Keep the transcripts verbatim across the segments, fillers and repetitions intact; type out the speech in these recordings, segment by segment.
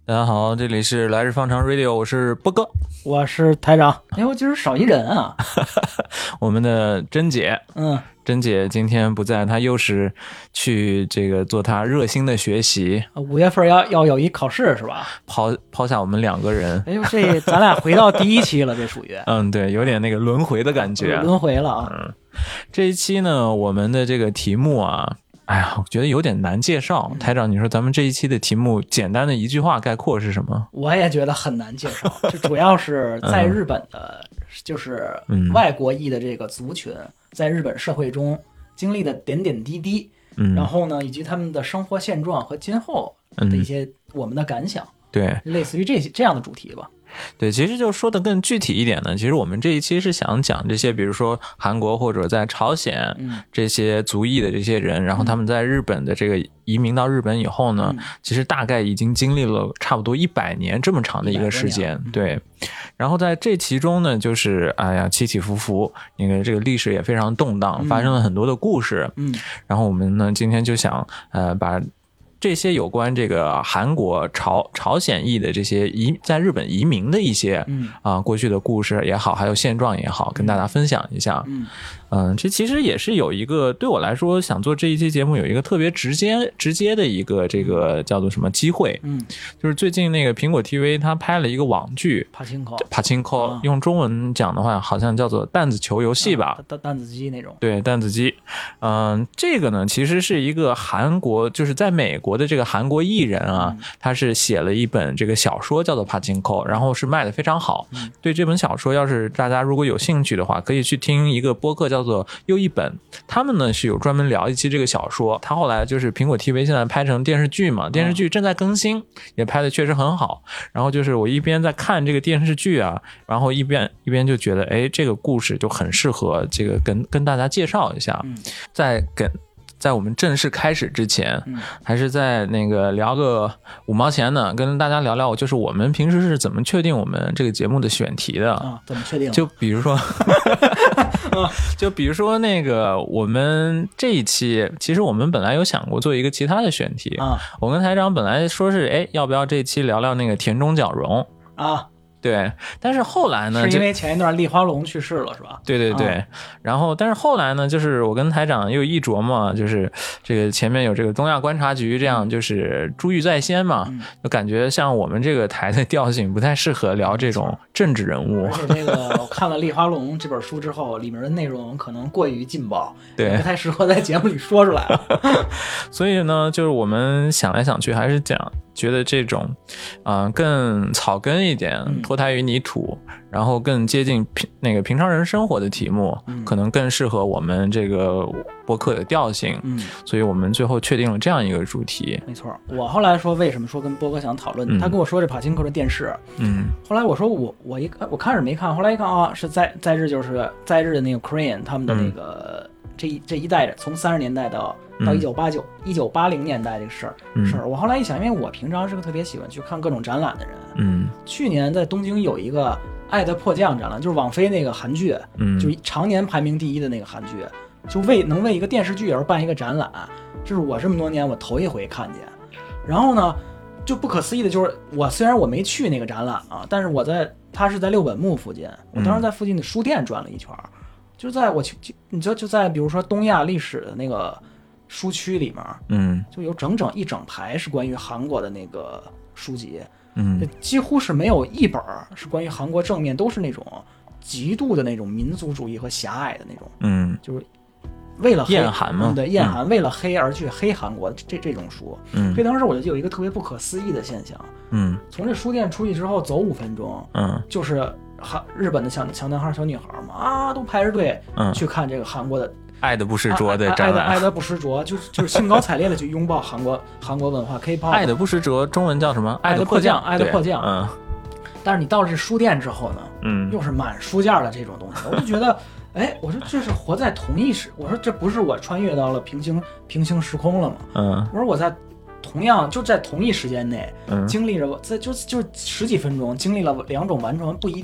大家好，这里是来日方长 Radio， 我是波哥， 我是台长。哎，我今儿少一人啊！ 我们的珍姐， 嗯， 珍姐今天不在，她又是去这个做她热心的学习。 五月份要要有一考试是吧？ 抛抛下我们两个人。 哎呦，这咱俩回到第一期了，这属于嗯，对，有点那个轮回的感觉， 轮回了啊。 嗯，这一期呢，我们的这个题目啊。哎呀，我觉得有点难介绍。台长，你说咱们这一期的题目简单的一句话概括是什么？ 我也觉得很难介绍，就主要是在日本的，嗯、就是外国裔的这个族群，在日本社会中经历的点点滴滴，嗯、然后呢，以及他们的生活现状和今后的一些我们的感想， 嗯、对， 类似于这些这样的主题吧。 对，其实就说的更具体一点呢，其实我们这一期是想讲这些，比如说韩国或者在朝鲜这些族裔的这些人，嗯、然后他们在日本的这个移民到日本以后呢，嗯、其实大概已经经历了差不多一百年这么长的一个时间，对。然后在这其中呢，就是哎呀起起伏伏，因为这个历史也非常动荡，发生了很多的故事，嗯。然后我们呢今天就想呃把。这些有关这个韩国朝朝鲜裔的这些移在日本移民的一些嗯啊、呃、过去的故事也好，还有现状也好，跟大家分享一下。嗯嗯，这其实也是有一个对我来说想做这一期节目有一个特别直接直接的一个这个叫做什么机会。嗯，就是最近那个苹果 T V 它拍了一个网剧帕青口帕青口，用中文讲的话好像叫做弹子球游戏吧， 弹弹子机那种。 对，弹子机。嗯，这个呢其实是一个韩国，就是在美国。国的这个韩国艺人啊，他是写了一本这个小说叫做《帕金扣》，然后是卖的非常好。对这本小说，要是大家如果有兴趣的话，可以去听一个播客叫做又一本，他们呢是有专门聊一期这个小说。他后来就是苹果 T V 现在拍成电视剧嘛，电视剧正在更新，也拍的确实很好。然后就是我一边在看这个电视剧啊，然后一边一边就觉得，哎，这个故事就很适合这个跟跟大家介绍一下，在跟。在我们正式开始之前，嗯、还是在那个聊个五毛钱呢，跟大家聊聊，就是我们平时是怎么确定我们这个节目的选题的啊？怎么确定？ 就比如说，就比如说那个我们这一期，其实我们本来有想过做一个其他的选题啊。我跟台长本来说是，哎，要不要这一期聊聊那个田中角荣啊？ 对，但是后来呢， 是因为前一段立花龙去世了是吧？ 对对对、嗯、然后但是后来呢，就是我跟台长又一琢磨，就是这个前面有这个东亚观察局，这样就是珠玉在先嘛、嗯、就感觉像我们这个台的调性不太适合聊这种政治人物。 而且这个我看了立花龙这本书之后，里面的内容可能过于劲爆， 对， 不太适合在节目里说出来了。 所以呢，就是我们想来想去还是讲觉得这种嗯、呃、更草根一点、嗯、脱胎于泥土，然后更接近平那个平常人生活的题目、嗯、可能更适合我们这个播客的调性、嗯、所以我们最后确定了这样一个主题。 没错，我后来说为什么说跟波哥想讨论、嗯、他跟我说这帕金克的电视，嗯，后来我说我我一我开始没看，后来一看啊，是在在日就是在日的那个 Korean 他们的那个、嗯、这一这一代人从三十年代到到一九八九、一九八零年代这个事儿、嗯、事儿，我后来一想，因为我平常是个特别喜欢去看各种展览的人，嗯，去年在东京有一个《爱的迫降》展览，就是网飞那个韩剧，嗯，就常年排名第一的那个韩剧，就为能为一个电视剧而办一个展览，这是我这么多年我头一回看见。然后呢，就不可思议的就是，我虽然我没去那个展览啊，但是我在它是在六本木附近，我当时在附近的书店转了一圈，嗯、就在我去，你知道就在比如说东亚历史的那个书区里面，嗯，就有整整一整排是关于韩国的那个书籍，嗯，几乎是没有一本是关于韩国正面，都是那种极度的那种民族主义和狭隘的那种，嗯，就是为了厌韩嘛， 嗯、对，厌韩、嗯、为了黑而去黑韩国这这种书，嗯，所以当时我就有一个特别不可思议的现象，嗯，从这书店出去之后走五分钟，嗯，就是韩日本的小小男孩小女孩嘛啊，都排着队，嗯，去看这个韩国的。 爱的不释着的展览， 爱的不释着，就是就是兴高采烈的去拥抱韩国韩国文化 K-pop。 爱的不释着，中文叫什么？ 爱的迫降，爱的迫降。 嗯。 但是你到了这书店之后呢，嗯，又是满书架的这种东西，我就觉得，哎，我说这是活在同一时，我说这不是我穿越到了平行平行时空了吗？嗯。我说我在同样就在同一时间内，嗯，经历了在就就十几分钟经历了两种完全不一样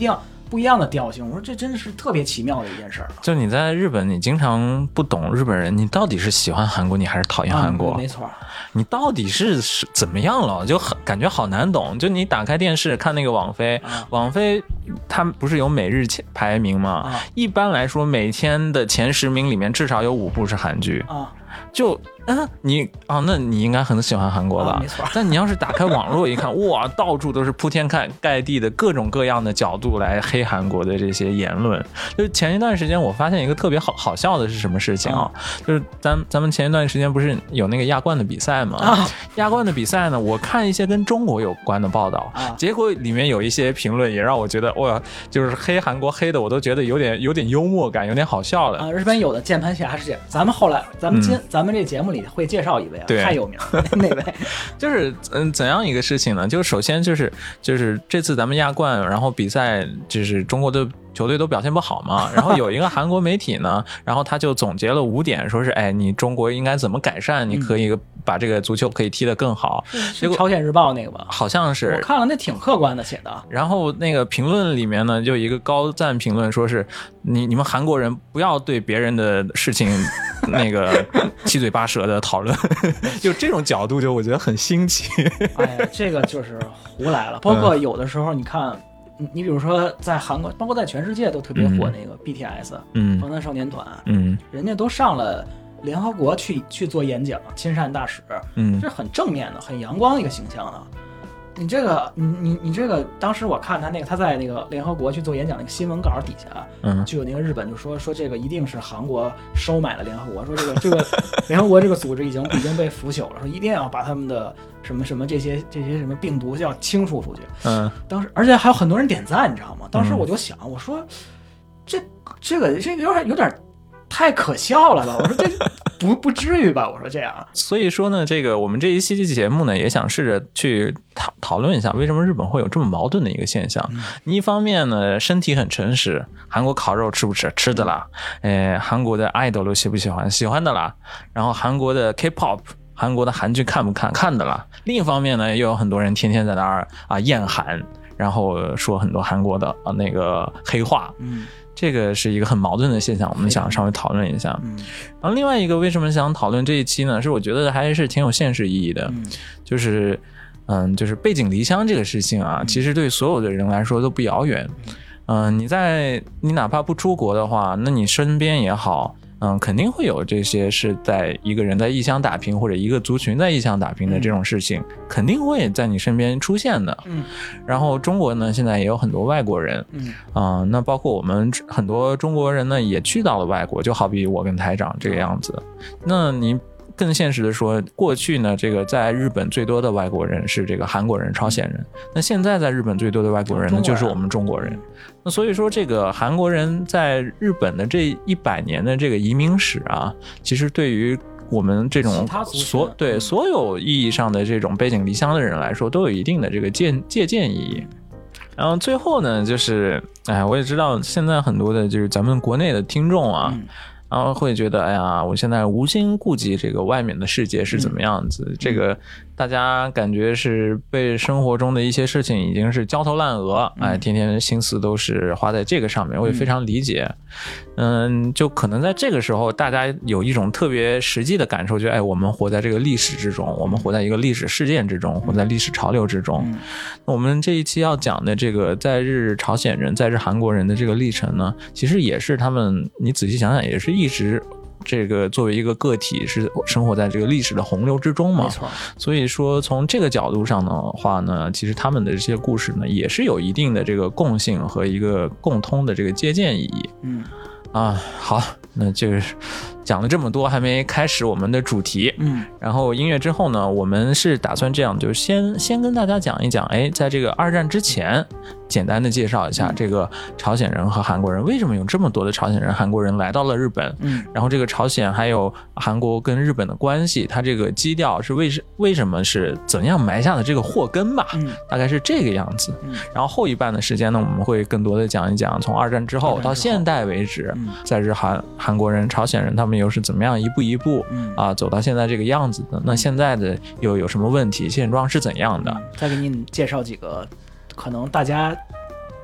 不一样的调性。我说这真的是特别奇妙的一件事儿。 就你在日本，你经常不懂日本人，你到底是喜欢韩国，你还是讨厌韩国？ 嗯、没错。 你到底是是怎么样了？就很感觉好难懂。就你打开电视看那个网飞，啊、网飞它不是有每日排名吗？啊、一般来说，每天的前十名里面至少有五部是韩剧。啊，就。啊，你啊，那你应该很喜欢韩国吧？ 啊、没错。 但你要是打开网络一看，哇，到处都是铺天盖地的各种各样的角度来黑韩国的这些言论。就前一段时间，我发现一个特别好好笑的是什么事情啊？嗯、就是咱咱们前一段时间不是有那个亚冠的比赛吗？啊、亚冠的比赛呢，我看一些跟中国有关的报道，啊、结果里面有一些评论也让我觉得，哇，就是黑韩国黑的，我都觉得有点有点幽默感，有点好笑了。 啊，日本有的键盘侠是这样，咱们后来咱们今、嗯、咱们这节目里会介绍一位啊，太有名了，那位就是嗯怎样一个事情呢？就首先就是就是这次咱们亚冠，然后比赛就是中国的球队都表现不好嘛，然后有一个韩国媒体呢，然后他就总结了五点，说是哎，你中国应该怎么改善，你可以把这个足球可以踢得更好。 是朝鲜日报那个吧？ 好像是， 我看了，那挺客观的写的。 然后那个评论里面呢，就一个高赞评论，说是你你们韩国人不要对别人的事情那个七嘴八舌的讨论，就这种角度就我觉得很新奇。 哎呀，这个就是胡来了。包括有的时候你看。嗯你比如说，在韩国，包括在全世界都特别火那个 B T S， 嗯，防弹少年团，嗯，人家都上了联合国去去做演讲，亲善大使，嗯，这很正面的、很阳光的一个形象的。你这个，你你你这个，当时我看他那个他在那个联合国去做演讲那个新闻稿底下，嗯，就有那个日本就说说这个一定是韩国收买了联合国，说这个这个联合国这个组织已经已经被腐朽了，说一定要把他们的什么什么这些这些什么病毒要清除出去。嗯，当时而且还有很多人点赞，你知道吗？当时我就想，我说这这个这个有点有点太可笑了吧？我说这不不至于吧？我说这样。 所以说呢，这个我们这一期节目呢，也想试着去讨讨论一下，为什么日本会有这么矛盾的一个现象。嗯、你一方面呢，身体很诚实，韩国烤肉吃不吃？吃的啦。呃，韩国的 idol 喜不喜欢？喜欢的啦。然后韩国的 K-pop。韩国的韩剧看不看？看的啦。另一方面呢，又有很多人天天在那儿啊厌韩，然后说很多韩国的啊那个黑话。嗯，这个是一个很矛盾的现象，我们想稍微讨论一下。嗯，然后另外一个为什么想讨论这一期呢？是我觉得还是挺有现实意义的，嗯、就是嗯，就是背井离乡这个事情啊，其实对所有的人来说都不遥远。嗯，你在你哪怕不出国的话，那你身边也好。嗯，肯定会有这些是在一个人在异乡打拼，或者一个族群在异乡打拼的这种事情，嗯、肯定会在你身边出现的。嗯，然后中国呢，现在也有很多外国人，嗯啊、呃，那包括我们很多中国人呢，也去到了外国，就好比我跟台长这个样子。那你更现实的说，过去呢，这个在日本最多的外国人是这个韩国人、朝鲜人，那现在在日本最多的外国人呢，就是我们中国人。那所以说，这个韩国人在日本的这一百年的这个移民史啊，其实对于我们这种所对所有意义上的这种背井离乡的人来说，都有一定的这个借借鉴意义。然后最后呢，就是哎，我也知道现在很多的就是咱们国内的听众啊。嗯然后会觉得，哎呀，我现在无心顾及这个外面的世界是怎么样子，嗯、这个大家感觉是被生活中的一些事情已经是焦头烂额，嗯、哎，天天心思都是花在这个上面，我也非常理解。嗯，就可能在这个时候，大家有一种特别实际的感受，就哎，我们活在这个历史之中，我们活在一个历史事件之中，活在历史潮流之中。嗯、那我们这一期要讲的这个在日朝鲜人、在日韩国人的这个历程呢，其实也是他们，你仔细想想，也是一直这个作为一个个体是生活在这个历史的洪流之中嘛。没错。所以说从这个角度上的话呢，其实他们的这些故事呢，也是有一定的这个共性和一个共通的这个借鉴意义。嗯。啊，好，那就是讲了这么多，还没开始我们的主题。嗯，然后音乐之后呢，我们是打算这样，就先先跟大家讲一讲，哎，在这个二战之前，简单的介绍一下这个朝鲜人和韩国人为什么有这么多的朝鲜人、韩国人来到了日本。嗯，然后这个朝鲜还有韩国跟日本的关系，它这个基调是为什为什么是怎样埋下的这个祸根吧？嗯，大概是这个样子。嗯，然后后一半的时间呢，我们会更多的讲一讲从二战之后到现代为止。在日韩韩国人、朝鲜人他们又是怎么样一步一步、嗯、啊走到现在这个样子的？那现在的又有什么问题？现状是怎样的？ 再给您介绍几个可能大家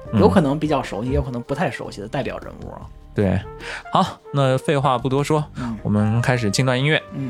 有可能比较熟悉，有可能不太熟悉的代表人物啊。 对，好，那废话不多说， 嗯、 我们开始进段音乐。 嗯。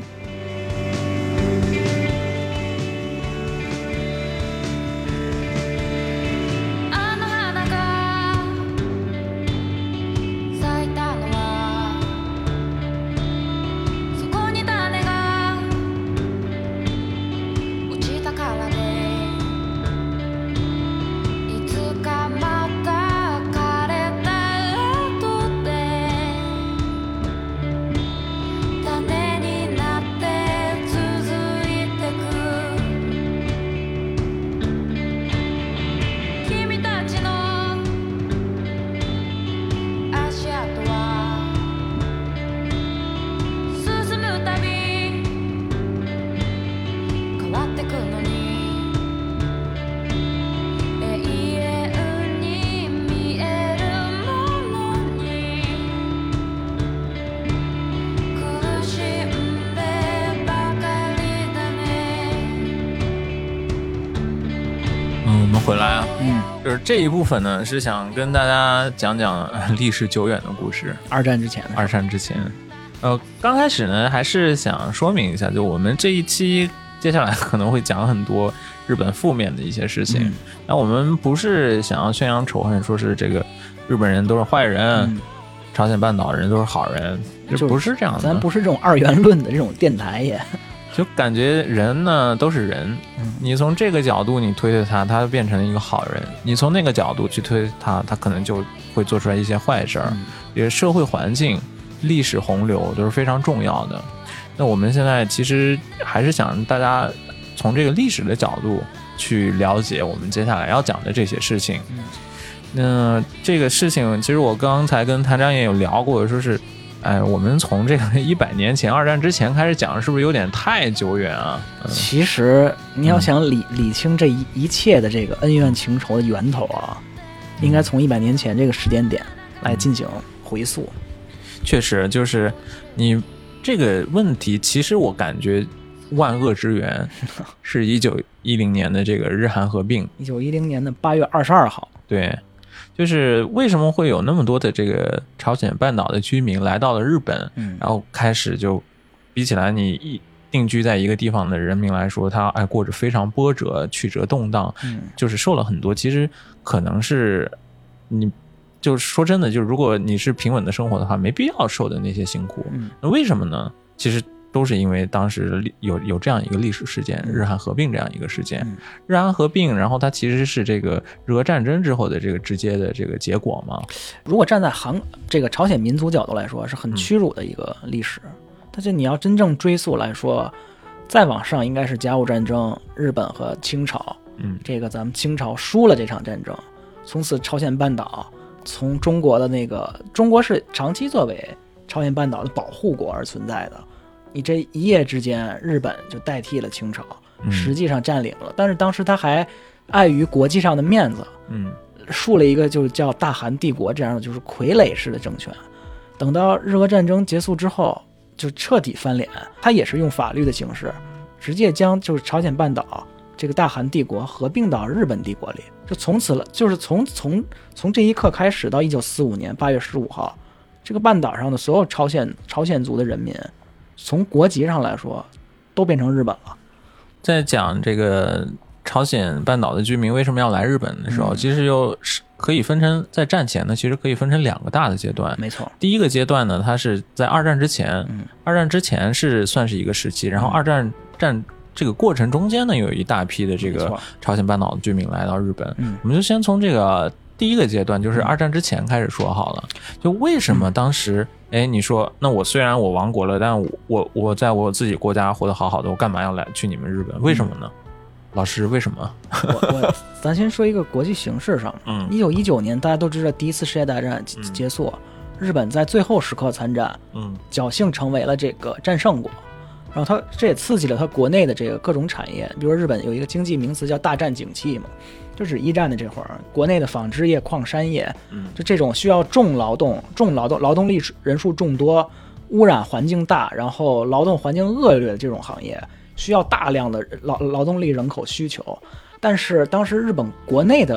回来啊， 嗯， 就是这一部分呢，是想跟大家讲讲历史久远的故事。 二战之前， 二战之前，呃，刚开始呢，还是想说明一下，就我们这一期接下来可能会讲很多日本负面的一些事情。那、嗯、我们不是想要宣扬仇恨，说是这个日本人都是坏人，嗯、朝鲜半岛人都是好人，就不是这样的。 咱不是这种二元论的这种电台也。 就感觉人呢都是人，你从这个角度你推推他，他变成了一个好人；你从那个角度去推他，他可能就会做出来一些坏事儿。因为社会环境、历史洪流都是非常重要的。那我们现在其实还是想大家从这个历史的角度去了解我们接下来要讲的这些事情。那这个事情其实我刚才跟谭章也有聊过，说是哎，我们从这个一百年前二战之前开始讲，是不是有点太久远啊？ 嗯、其实你要想理、嗯、理清这一一切的这个恩怨情仇的源头啊，嗯、应该从一百年前这个时间点来进行回溯。 确实，就是你这个问题，其实我感觉万恶之源是一九一零年的这个日韩合并。 一九一零年的八月二十二号。 对。就是为什么会有那么多的这个朝鲜半岛的居民来到了日本， 嗯、 然后开始就比起来你一定居在一个地方的人民来说，他哎过着非常波折曲折动荡， 嗯、 就是受了很多，其实可能是你就是说真的，就是如果你是平稳的生活的话，没必要受的那些辛苦。 嗯、 那为什么呢？其实都是因为当时有有这样一个历史事件，日韩合并这样一个事件。 嗯、 日韩合并，然后它其实是这个日俄战争之后的这个直接的这个结果嘛。 如果站在韩这个朝鲜民族角度来说，是很屈辱的一个历史。嗯、但是你要真正追溯来说，再往上应该是甲午战争，日本和清朝。 嗯， 这个咱们清朝输了这场战争，从此朝鲜半岛从中国的那个中国是长期作为朝鲜半岛的保护国而存在的。你这一夜之间，日本就代替了清朝，实际上占领了。嗯、但是当时他还碍于国际上的面子， 嗯， 树了一个就是叫大韩帝国这样的就是傀儡式的政权。等到日俄战争结束之后，就彻底翻脸。他也是用法律的形式，直接将就是朝鲜半岛这个大韩帝国合并到日本帝国里。就从此了，就是从从从这一刻开始到一九四五年八月十五号，这个半岛上的所有朝鲜朝鲜族的人民。从国籍上来说，都变成日本了。 在讲这个朝鲜半岛的居民为什么要来日本的时候，嗯、其实又可以分成在战前呢，其实可以分成两个大的阶段。 没错， 第一个阶段呢，它是在二战之前， 嗯、 二战之前是算是一个时期，然后二战战这个过程中间呢，有一大批的这个朝鲜半岛的居民来到日本。 嗯、 我们就先从这个第一个阶段，就是二战之前开始说好了。就为什么当时？哎，你说，那我虽然我亡国了，但我我我在我自己国家活得好好的，我干嘛要来去你们日本？为什么呢？嗯、老师，为什么？ 我我咱先说一个国际形势上， 嗯， 一九一九年大家都知道第一次世界大战结束，嗯、日本在最后时刻参战， 嗯， 侥幸成为了这个战胜国，然后它这也刺激了它国内的这个各种产业，比如日本有一个经济名词叫大战景气嘛。就指一战的这会儿，国内的纺织业、矿山业， 嗯， 就这种需要重劳动、重劳动、劳动力人数众多、污染环境大，然后劳动环境恶劣的这种行业，需要大量的劳劳动力人口需求。但是当时日本国内的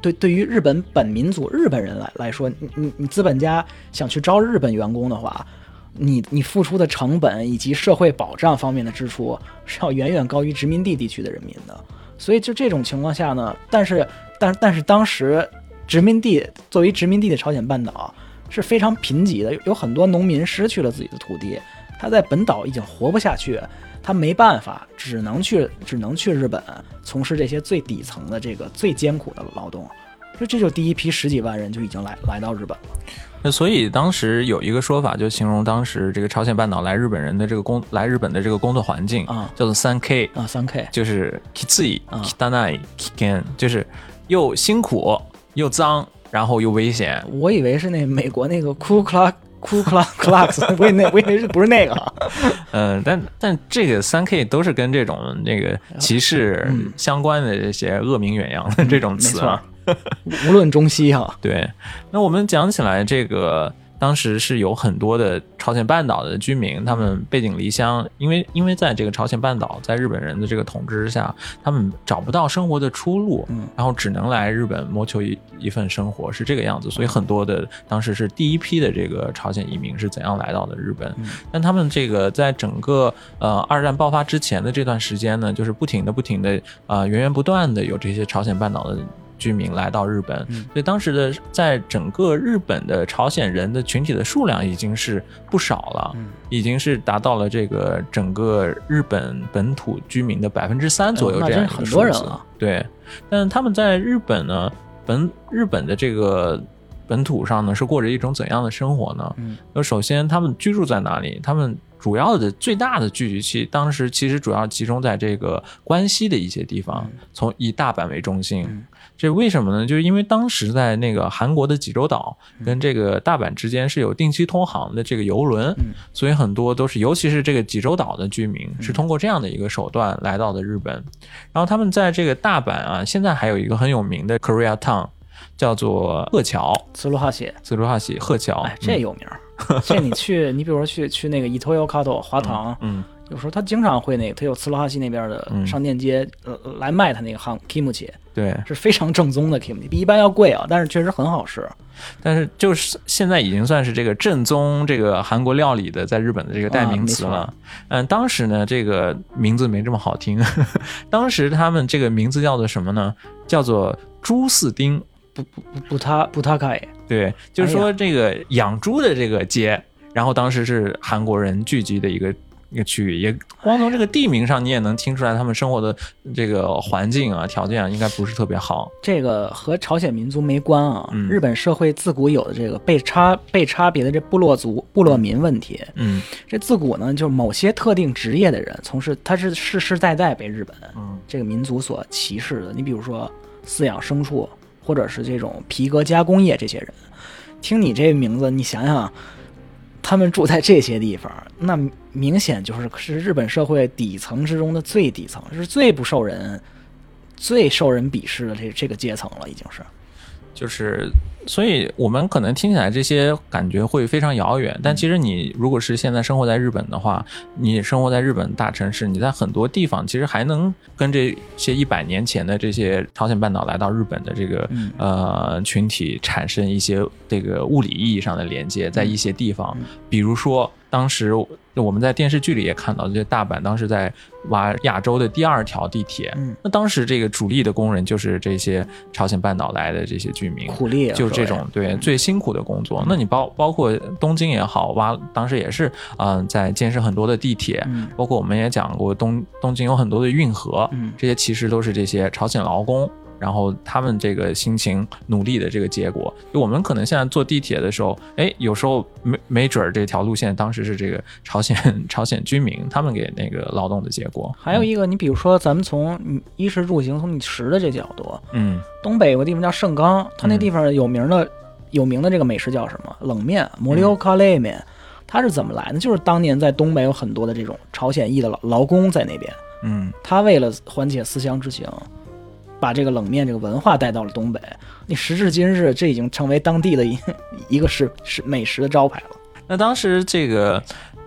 对对于日本本民族日本人来来说，你你你资本家想去招日本员工的话，你你付出的成本以及社会保障方面的支出是要远远高于殖民地地区的人民的。所以就这种情况下呢，但是但但是当时殖民地作为殖民地的朝鲜半岛是非常贫瘠的，有很多农民失去了自己的土地，他在本岛已经活不下去，他没办法，只能去只能去日本从事这些最底层的这个最艰苦的劳动。就这就第一批十几万人就已经来来到日本了。 那所以当时有一个说法，就形容当时这个朝鲜半岛来日本人的这个工来日本的这个工作环境，啊、叫做三 K 啊，三 K 就是きつい、汚い、危険，就是又辛苦又脏，然后又危险。 我以为是那美国那个库克拉库克拉克拉克，我以为我以为是不是那个？ 嗯、呃，但但这个三 K 都是跟这种那个歧视相关的这些恶名远扬的这种词啊。 嗯无论中西哈， 对。那我们讲起来，这个当时是有很多的朝鲜半岛的居民，他们背井离乡，因为因为在这个朝鲜半岛，在日本人的这个统治之下，他们找不到生活的出路，嗯，然后只能来日本谋求一一份生活，是这个样子。所以很多的当时是第一批的这个朝鲜移民是怎样来到的日本？嗯、但他们这个在整个呃二战爆发之前的这段时间呢，就是不停的不停的呃源源不断的有这些朝鲜半岛的居民来到日本，所以当时的在整个日本的朝鲜人的群体的数量已经是不少了，已经是达到了这个整个日本本土居民的百分之三左右这样一个数字， 很多人了。 对，但他们在日本呢，本日本的这个本土上呢，是过着一种怎样的生活呢？嗯，首先他们居住在哪里？他们主要的最大的聚集区，当时其实主要集中在这个关西的一些地方，从以大阪为中心。嗯，这为什么呢？就是因为当时在那个韩国的济州岛跟这个大阪之间是有定期通航的这个邮轮，嗯、所以很多都是，尤其是这个济州岛的居民是通过这样的一个手段来到的日本。然后他们在这个大阪啊，现在还有一个很有名的 Korea Town， 叫做鹤桥， 茨鲁哈西， 茨鲁哈西鹤桥， 哎，这有名。嗯、这你去，你比如说去去那个伊藤洋华华堂，嗯。嗯有时候他经常会那个，他有茨鲁哈西那边的商店街，嗯、呃，来卖他那个汉 kimchi， 对， 是非常正宗的 kimchi， 比一般要贵啊，但是确实很好吃。 但是就是现在已经算是这个正宗这个韩国料理的在日本的这个代名词了。啊、嗯，当时呢这个名字没这么好听，当时他们这个名字叫做什么呢？叫做猪四丁， 不不不不他不他开， 对，就是说这个养猪的这个街，然后当时是韩国人聚集的一个。一个区域，也光从这个地名上你也能听出来他们生活的这个环境啊条件啊应该不是特别好。 这个和朝鲜民族没关啊、嗯、日本社会自古有的这个被差被差别的这部落族部落民问题，嗯，这自古呢就是某些特定职业的人从事，他是世世代代被日本这个民族所歧视的。你比如说饲养牲畜或者是这种皮革加工业，这些人听你这名字你想想他们住在这些地方，那明显就是是日本社会底层之中的最底层，是最不受人、最受人鄙视的这这个阶层了，已经是。 就是，所以我们可能听起来这些感觉会非常遥远，但其实你如果是现在生活在日本的话，你生活在日本大城市，你在很多地方其实还能跟这些一百年前的这些朝鲜半岛来到日本的这个、嗯、呃群体产生一些这个物理意义上的连接，在一些地方，嗯、比如说当时我们在电视剧里也看到，就大阪当时在挖亚洲的第二条地铁，嗯、那当时这个主力的工人就是这些朝鲜半岛来的这些居民， 苦力、啊、 就这种对最辛苦的工作。嗯、那你包包括东京也好，挖当时也是嗯、呃、在建设很多的地铁，嗯、包括我们也讲过东东京有很多的运河，嗯、这些其实都是这些朝鲜劳工。然后他们这个辛勤努力的这个结果，就我们可能现在坐地铁的时候，哎，有时候没没准这条路线当时是这个朝鲜朝鲜居民他们给那个劳动的结果。 还有一个，你比如说咱们从衣食住行，从你食的这角度，嗯，东北有个地方叫盛冈，它那地方有名的、嗯、有名的这个美食叫什么？冷面，摩溜卡勒面。它是怎么来的？就是当年在东北有很多的这种朝鲜裔的劳劳工在那边，嗯，他为了缓解思乡之情。把这个冷面这个文化带到了东北，你时至今日，这已经成为当地的一一个是是美食的招牌了。 那当时这个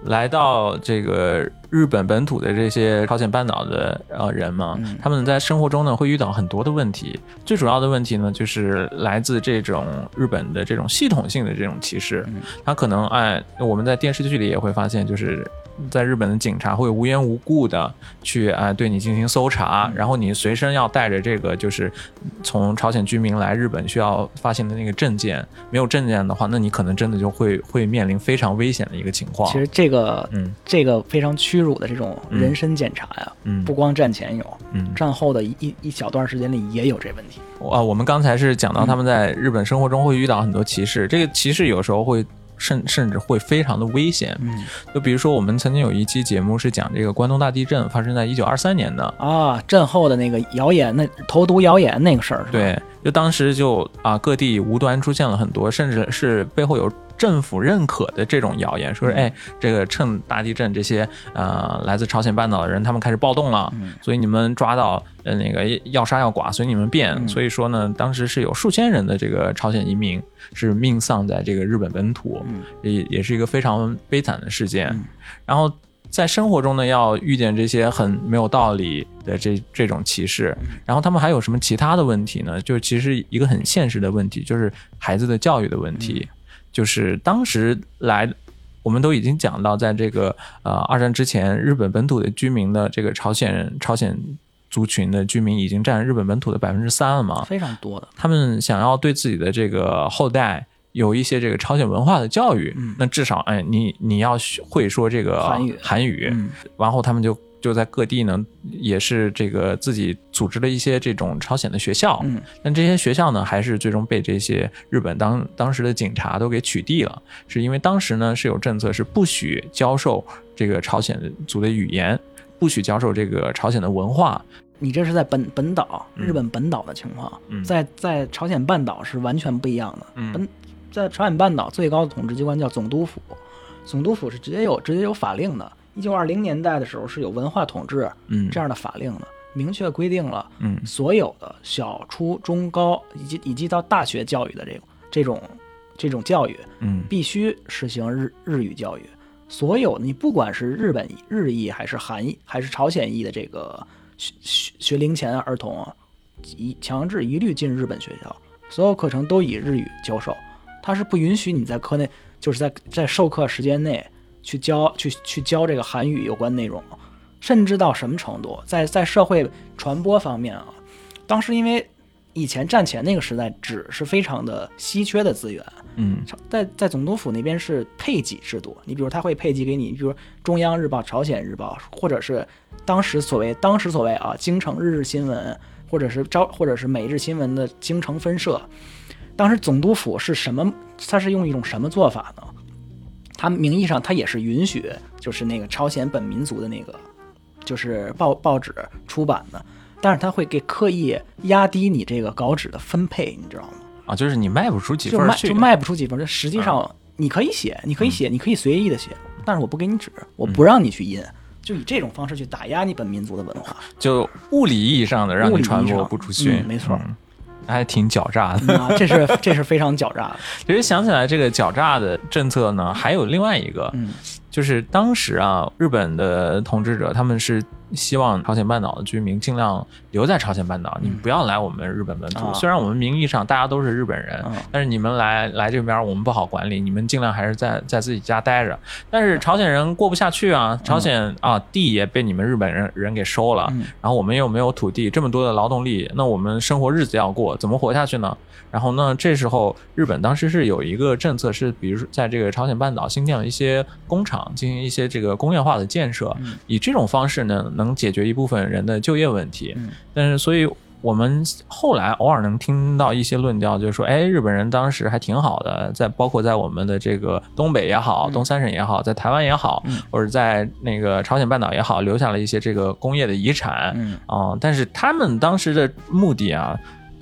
来到这个日本本土的这些朝鲜半岛的呃人嘛， 嗯、 他们在生活中呢会遇到很多的问题，最主要的问题呢就是来自这种日本的这种系统性的这种歧视。 嗯、 他可能哎，我们在电视剧里也会发现，就是在日本的警察会无缘无故的去啊、哎、对你进行搜查，然后你随身要带着这个就是从朝鲜居民来日本需要发行的那个证件，没有证件的话，那你可能真的就会会面临非常危险的一个情况。 其实这个嗯，这个非常屈辱的这种人身检查呀，嗯，不光战前有，嗯，战后的一一小段时间里也有这问题。 啊，我们刚才是讲到他们在日本生活中会遇到很多歧视，嗯、这个歧视有时候会甚甚至会非常的危险。 嗯， 就比如说我们曾经有一期节目是讲这个关东大地震，发生在一九二三年的啊，震后的那个谣言，那投毒谣言那个事儿， 对，就当时就啊各地无端出现了很多，甚至是背后有政府认可的这种谣言，说是哎，这个趁大地震，这些呃来自朝鲜半岛的人他们开始暴动了， 嗯、 所以你们抓到呃那个要杀要剐，随你们便。 嗯、 所以说呢，当时是有数千人的这个朝鲜移民是命丧在这个日本本土， 嗯、 也也是一个非常悲惨的事件。 嗯、 然后在生活中呢，要遇见这些很没有道理的这这种歧视，然后他们还有什么其他的问题呢？就其实一个很现实的问题，就是孩子的教育的问题。 嗯就是当时来，我们都已经讲到，在这个呃二战之前，日本本土的居民的这个朝鲜人、朝鲜族群的居民已经占日本本土的百分之三了嘛， 非常多的。 他们想要对自己的这个后代有一些这个朝鲜文化的教育， 嗯、 那至少哎，你你要会说这个韩语， 韩语， 嗯、 然后他们就。就在各地呢，也是这个自己组织了一些这种朝鲜的学校， 嗯， 但这些学校呢，还是最终被这些日本当当时的警察都给取缔了，是因为当时呢是有政策是不许教授这个朝鲜族的语言，不许教授这个朝鲜的文化。 你这是在本本岛，日本本岛的情况， 嗯、 在在朝鲜半岛是完全不一样的。 嗯， 本在朝鲜半岛最高的统治机关叫总督府，总督府是直接有直接有法令的。一九二零年代的时候是有文化统治这样的法令的，嗯、明确规定了， 嗯， 所有的小初中高以及以及到大学教育的这种这种这种教育， 嗯， 必须实行日日语教育。所有你不管是日本日裔还是韩裔还是朝鲜裔的这个学学学龄前儿童啊，一强制一律进日本学校，所有课程都以日语教授，它是不允许你在课内就是在在授课时间内。去教去去教这个韩语有关内容，甚至到什么程度，在在社会传播方面啊，当时因为以前战前那个时代纸是非常的稀缺的资源， 嗯， 在在总督府那边是配给制度，你比如他会配给给你，比如中央日报、朝鲜日报，或者是当时所谓当时所谓啊京城日日新闻，或者是朝或者是每日新闻的京城分社，当时总督府是什么？他是用一种什么做法呢？他名义上他也是允许，就是那个朝鲜本民族的那个，就是报报纸出版的，但是他会给刻意压低你这个稿纸的分配，你知道吗？ 啊，就是你卖不出几份去， 就卖就卖不出几份，实际上你可以写，你可以写，你可以随意的写，但是我不给你纸，我不让你去印，就以这种方式去打压你本民族的文化， 就物理意义上的让你传播不出去， 嗯、没错。 嗯还挺狡诈的、 嗯啊，这是这是非常狡诈的。 其实想起来，这个狡诈的政策呢，还有另外一个， 嗯， 就是当时啊，日本的统治者他们是希望朝鲜半岛的居民尽量留在朝鲜半岛，你们不要来我们日本本土。 啊、 虽然我们名义上大家都是日本人， 啊、 但是你们来来这边我们不好管理，你们尽量还是在在自己家待着。但是朝鲜人过不下去啊，朝鲜啊地也被你们日本人人给收了， 嗯、 然后我们又没有土地，这么多的劳动力，那我们生活日子要过，怎么活下去呢？然后呢，这时候日本当时是有一个政策，是比如说在这个朝鲜半岛新建了一些工厂，进行一些这个工业化的建设， 嗯、 以这种方式呢，能解决一部分人的就业问题。 嗯、 但是，所以我们后来偶尔能听到一些论调，就是说，哎，日本人当时还挺好的，在包括在我们的这个东北也好，东三省也好，在台湾也好， 嗯、 或者在那个朝鲜半岛也好，留下了一些这个工业的遗产。 嗯啊、呃，但是他们当时的目的啊。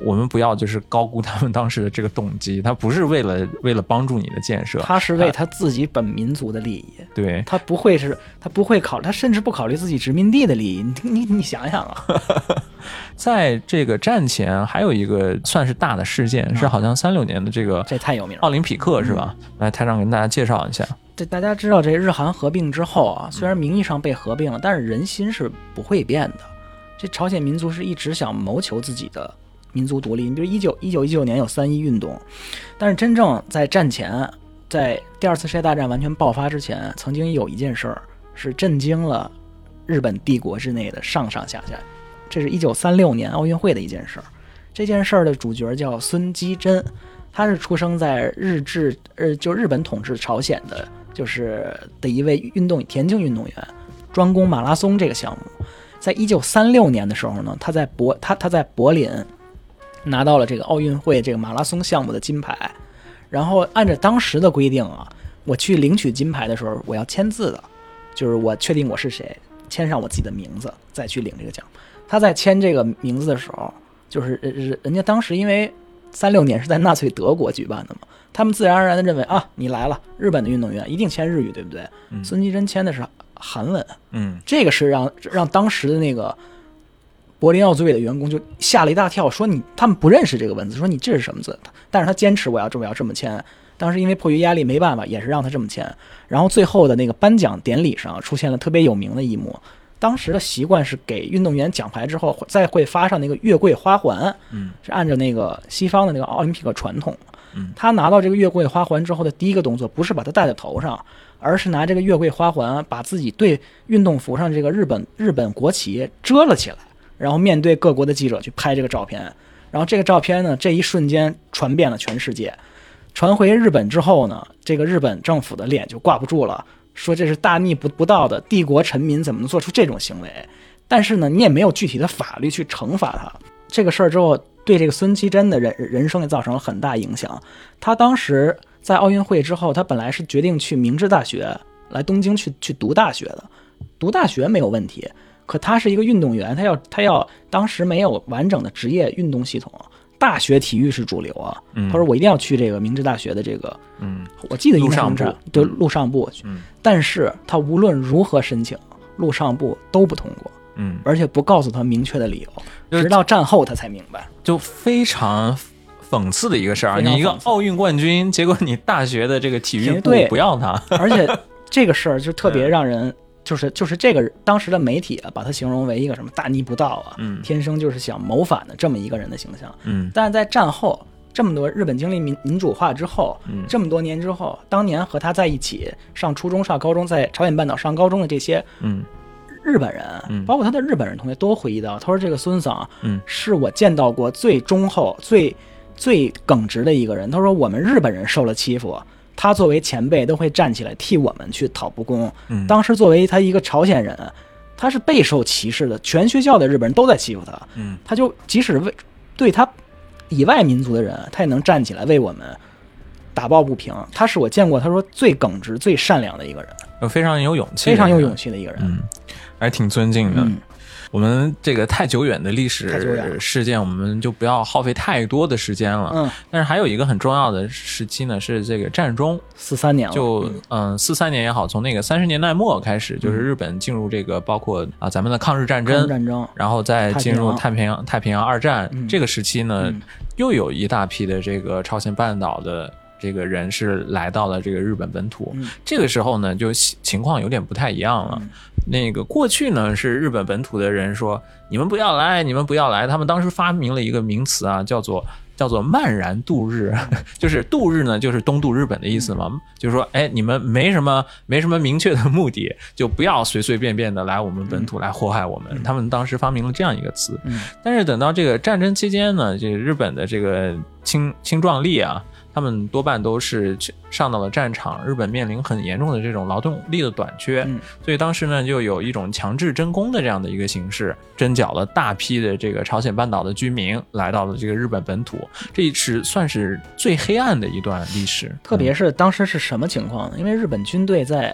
我们不要就是高估他们当时的这个动机，他不是为了为了帮助你的建设， 他是为他自己本民族的利益。 对， 他不会是他不会考他甚至不考虑自己殖民地的利益。你你你想想啊。 在这个战前还有一个算是大的事件，嗯、是好像三六年的这个这太有名了奥林匹克是吧？嗯、来，台长跟大家介绍一下。 这大家知道，这日韩合并之后啊，虽然名义上被合并了，但是人心是不会变的。这朝鲜民族是一直想谋求自己的民族独立。你比如一九一九一九年有三一运动，但是真正在战前，在第二次世界大战完全爆发之前，曾经有一件事儿是震惊了日本帝国之内的上上下下。这是一九三六年奥运会的一件事儿。这件事儿的主角叫孙基珍，他是出生在日治呃就日本统治朝鲜的，就是的一位运动田径运动员，专攻马拉松这个项目。在一九三六年的时候呢，他在柏他他在柏林拿到了这个奥运会这个马拉松项目的金牌。然后按照当时的规定啊，我去领取金牌的时候，我要签字的，就是我确定我是谁，签上我自己的名字，再去领这个奖。他在签这个名字的时候，就是人家当时因为三六年是在纳粹德国举办的嘛，他们自然而然的认为啊，你来了，日本的运动员一定签日语，对不对？嗯、孙基珍签的是韩文， 嗯， 这个是让让当时的那个柏林奥组委的员工就吓了一大跳，说你他们不认识这个文字，说你这是什么字？但是他坚持我要这么要这么签。当时因为迫于压力没办法，也是让他这么签。然后最后的那个颁奖典礼上出现了特别有名的一幕。当时的习惯是给运动员奖牌之后，再会发上那个月桂花环， 嗯， 是按照那个西方的那个奥林匹克传统。 嗯， 他拿到这个月桂花环之后的第一个动作，不是把它戴在头上，而是拿这个月桂花环把自己对运动服上这个日本日本国旗遮了起来，然后面对各国的记者去拍这个照片。然后这个照片呢，这一瞬间传遍了全世界。传回日本之后呢，这个日本政府的脸就挂不住了。说这是大逆不不道的，帝国臣民怎么能做出这种行为？但是呢，你也没有具体的法律去惩罚他。这个事儿之后，对这个孙基珍的人人生也造成了很大影响。他当时在奥运会之后，他本来是决定去明治大学来东京去去读大学的，读大学没有问题。可他是一个运动员，他要他要当时没有完整的职业运动系统。大学体育是主流啊， 嗯、 他说我一定要去这个明治大学的这个， 嗯， 我记得应该是这样，对，陆上部， 嗯， 但是他无论如何申请，陆上部都不通过， 嗯， 而且不告诉他明确的理由，直到战后他才明白， 就非常讽刺的一个事儿，你一个奥运冠军，结果你大学的这个体育部不要他， 而且这个事儿就特别让人。就是就是这个当时的媒体啊，把他形容为一个什么大逆不道啊， 嗯， 天生就是想谋反的这么一个人的形象， 嗯， 但是在战后这么多日本经历民民主化之后， 嗯， 这么多年之后，当年和他在一起上初中上高中，在朝鲜半岛上高中的这些， 嗯， 日本人， 嗯， 包括他的日本人同学都回忆到，他说这个孙桑， 嗯， 是我见到过最忠厚、最最耿直的一个人。他说我们日本人受了欺负。他作为前辈都会站起来替我们去讨不公。 嗯， 当时作为他一个朝鲜人，他是备受歧视的，全学校的日本人都在欺负他。 嗯， 他就即使为对他以外民族的人，他也能站起来为我们打抱不平。他是我见过他说最耿直、最善良的一个人， 非常有勇气， 非常有勇气的一个人， 嗯，还挺尊敬的。 嗯， 我们这个太久远的历史事件，我们就不要耗费太多的时间了。 嗯， 但是还有一个很重要的时期呢，是这个战中四三年了， 就嗯四三年也好，从那个三十年代末开始，就是日本进入这个包括啊咱们的抗日战争， 抗日战争， 然后再进入太平洋太平洋二战、 嗯、 这个时期呢、 嗯， 又有一大批的这个朝鲜半岛的这个人是来到了这个日本本土。 嗯、 这个时候呢，就情况有点不太一样了。 嗯那个过去呢是日本本土的人说你们不要来你们不要来，他们当时发明了一个名词啊，叫做叫做漫然度日，就是度日呢就是东渡日本的意思嘛，嗯、就是说哎你们没什么没什么明确的目的，就不要随随便便的来我们本土来祸害我们、嗯、他们当时发明了这样一个词、 嗯、 但是等到这个战争期间呢，这个日本的这个青青壮力啊，他们多半都是上到了战场，日本面临很严重的这种劳动力的短缺、 嗯、 所以当时呢就有一种强制征工的这样的一个形式，征剿了大批的这个朝鲜半岛的居民来到了这个日本本土，这是算是最黑暗的一段历史。 特别是当时是什么情况呢？因为日本军队在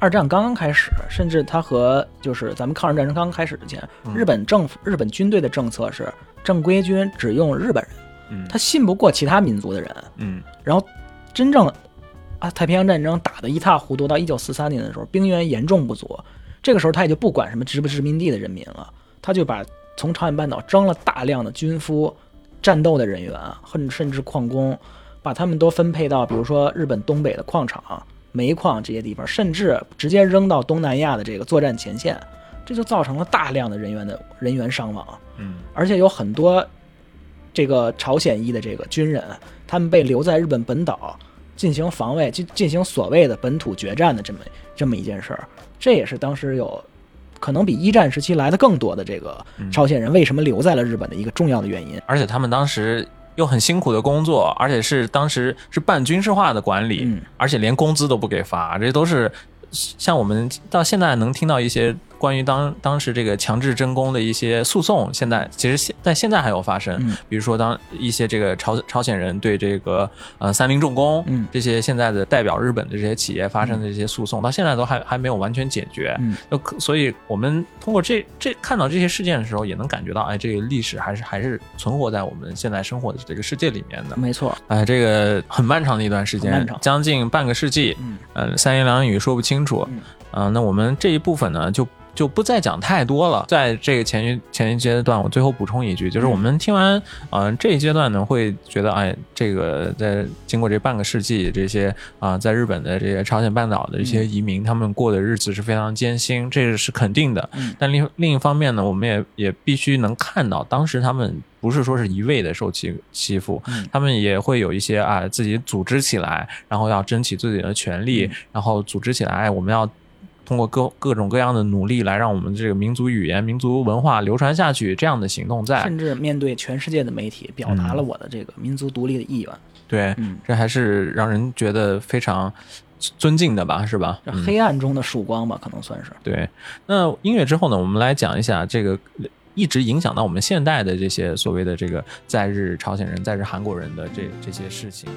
二战刚刚开始，甚至他和就是咱们抗日战争刚刚开始之前，嗯、日本政府、日本军队的政策是正规军只用日本人，嗯，他信不过其他民族的人， 嗯， 然后真正啊太平洋战争打得一塌糊涂，到一九四三年的时候，兵源严重不足，这个时候他也就不管什么殖不殖民地的人民了，他就把从朝鲜半岛征了大量的军夫、战斗的人员，甚至矿工，把他们都分配到比如说日本东北的矿场、煤矿这些地方，甚至直接扔到东南亚的这个作战前线，这就造成了大量的人员的人员伤亡。 嗯， 而且有很多这个朝鲜裔的这个军人，他们被留在日本本岛进行防卫，进进行所谓的本土决战的这么这么一件事儿。这也是当时有可能比一战时期来的更多的这个朝鲜人为什么留在了日本的一个重要的原因。 而且他们当时又很辛苦的工作，而且是当时是半军事化的管理， 嗯、 而且连工资都不给发，这都是像我们到现在能听到一些关于当当时这个强制征工的一些诉讼，现在其实现在现在还有发生， 嗯、 比如说当一些这个朝朝鲜人对这个呃三菱重工、 嗯、 这些现在的代表日本的这些企业发生的这些诉讼，嗯、到现在都还还没有完全解决， 嗯、 所以我们通过这这看到这些事件的时候，也能感觉到，哎，这个历史还是还是存活在我们现在生活的这个世界里面的。 没错， 哎，这个很漫长的一段时间，将近半个世纪， 嗯， 呃，三言两语说不清楚， 嗯， 呃，那我们这一部分呢，就。就不再讲太多了，在这个前一前一阶段，我最后补充一句，就是我们听完，嗯、呃，这一阶段呢，会觉得，哎，这个在经过这半个世纪，这些啊、呃，在日本的这些朝鲜半岛的一些移民，嗯、他们过的日子是非常艰辛，这个是肯定的。 嗯、 但另另一方面呢，我们也也必须能看到，当时他们不是说是一味的受欺欺负， 嗯、 他们也会有一些啊自己组织起来，然后要争取自己的权利，嗯、然后组织起来，哎，我们要。通过各各种各样的努力来让我们这个民族语言、民族文化流传下去，这样的行动在， 甚至面对全世界的媒体，表达了我的这个民族独立的意愿。 嗯、对， 嗯， 这还是让人觉得非常尊敬的吧，是吧？ 这黑暗中的曙光吧，嗯、可能算是。 对，那音乐之后呢，我们来讲一下这个一直影响到我们现代的这些所谓的这个在日朝鲜人、在日韩国人的这这些事情。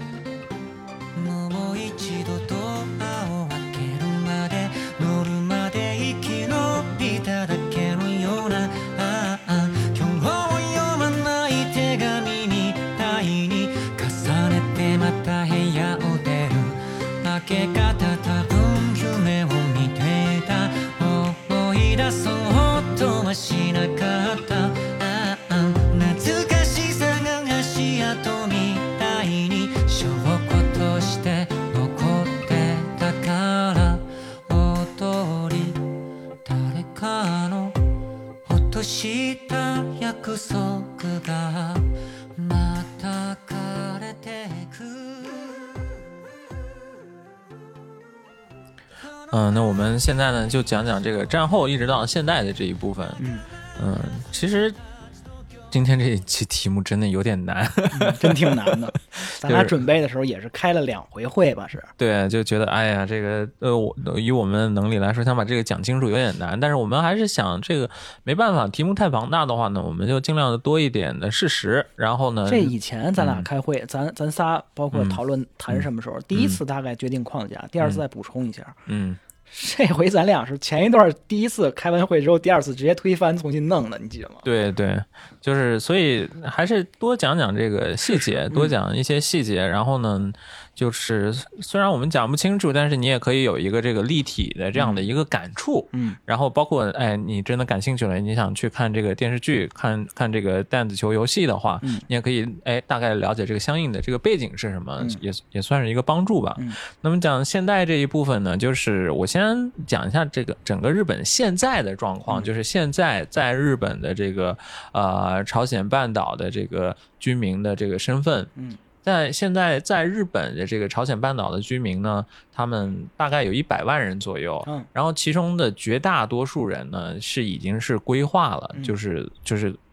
嗯，那我们现在呢，就讲讲这个战后一直到现代的这一部分。 嗯嗯，其实今天这一期题目真的有点难， 嗯、真挺难的。咱俩准备的时候也是开了两回会吧？是。 对，就觉得哎呀，这个呃，我以我们的能力来说，想把这个讲清楚有点难。但是我们还是想，这个没办法，题目太庞大的话呢，我们就尽量的多一点的事实。然后呢， 这以前咱俩开会，嗯、咱咱仨包括讨论、嗯、谈什么时候， 嗯、 第一次大概决定框架，嗯、第二次再补充一下。 嗯。 这回咱俩是前一段第一次开完会之后，第二次直接推翻重新弄的，你记得吗？ 对对，就是所以还是多讲讲这个细节，多讲一些细节。然后呢，就是虽然我们讲不清楚，但是你也可以有一个这个立体的这样的一个感触。 嗯， 然后包括哎，你真的感兴趣了，你想去看这个电视剧，看看这个弹子球游戏的话， 嗯、 你也可以哎大概了解这个相应的这个背景是什么， 嗯、 也也算是一个帮助吧。 嗯、 那么讲现代这一部分呢，就是我先讲一下这个整个日本现在的状况， 嗯、 就是现在在日本的这个呃朝鲜半岛的这个居民的这个身份。 嗯， 在现在在日本的这个朝鲜半岛的居民呢，他们大概有一百万人左右。 嗯， 然后其中的绝大多数人呢是已经是归化了， 嗯、 就是就是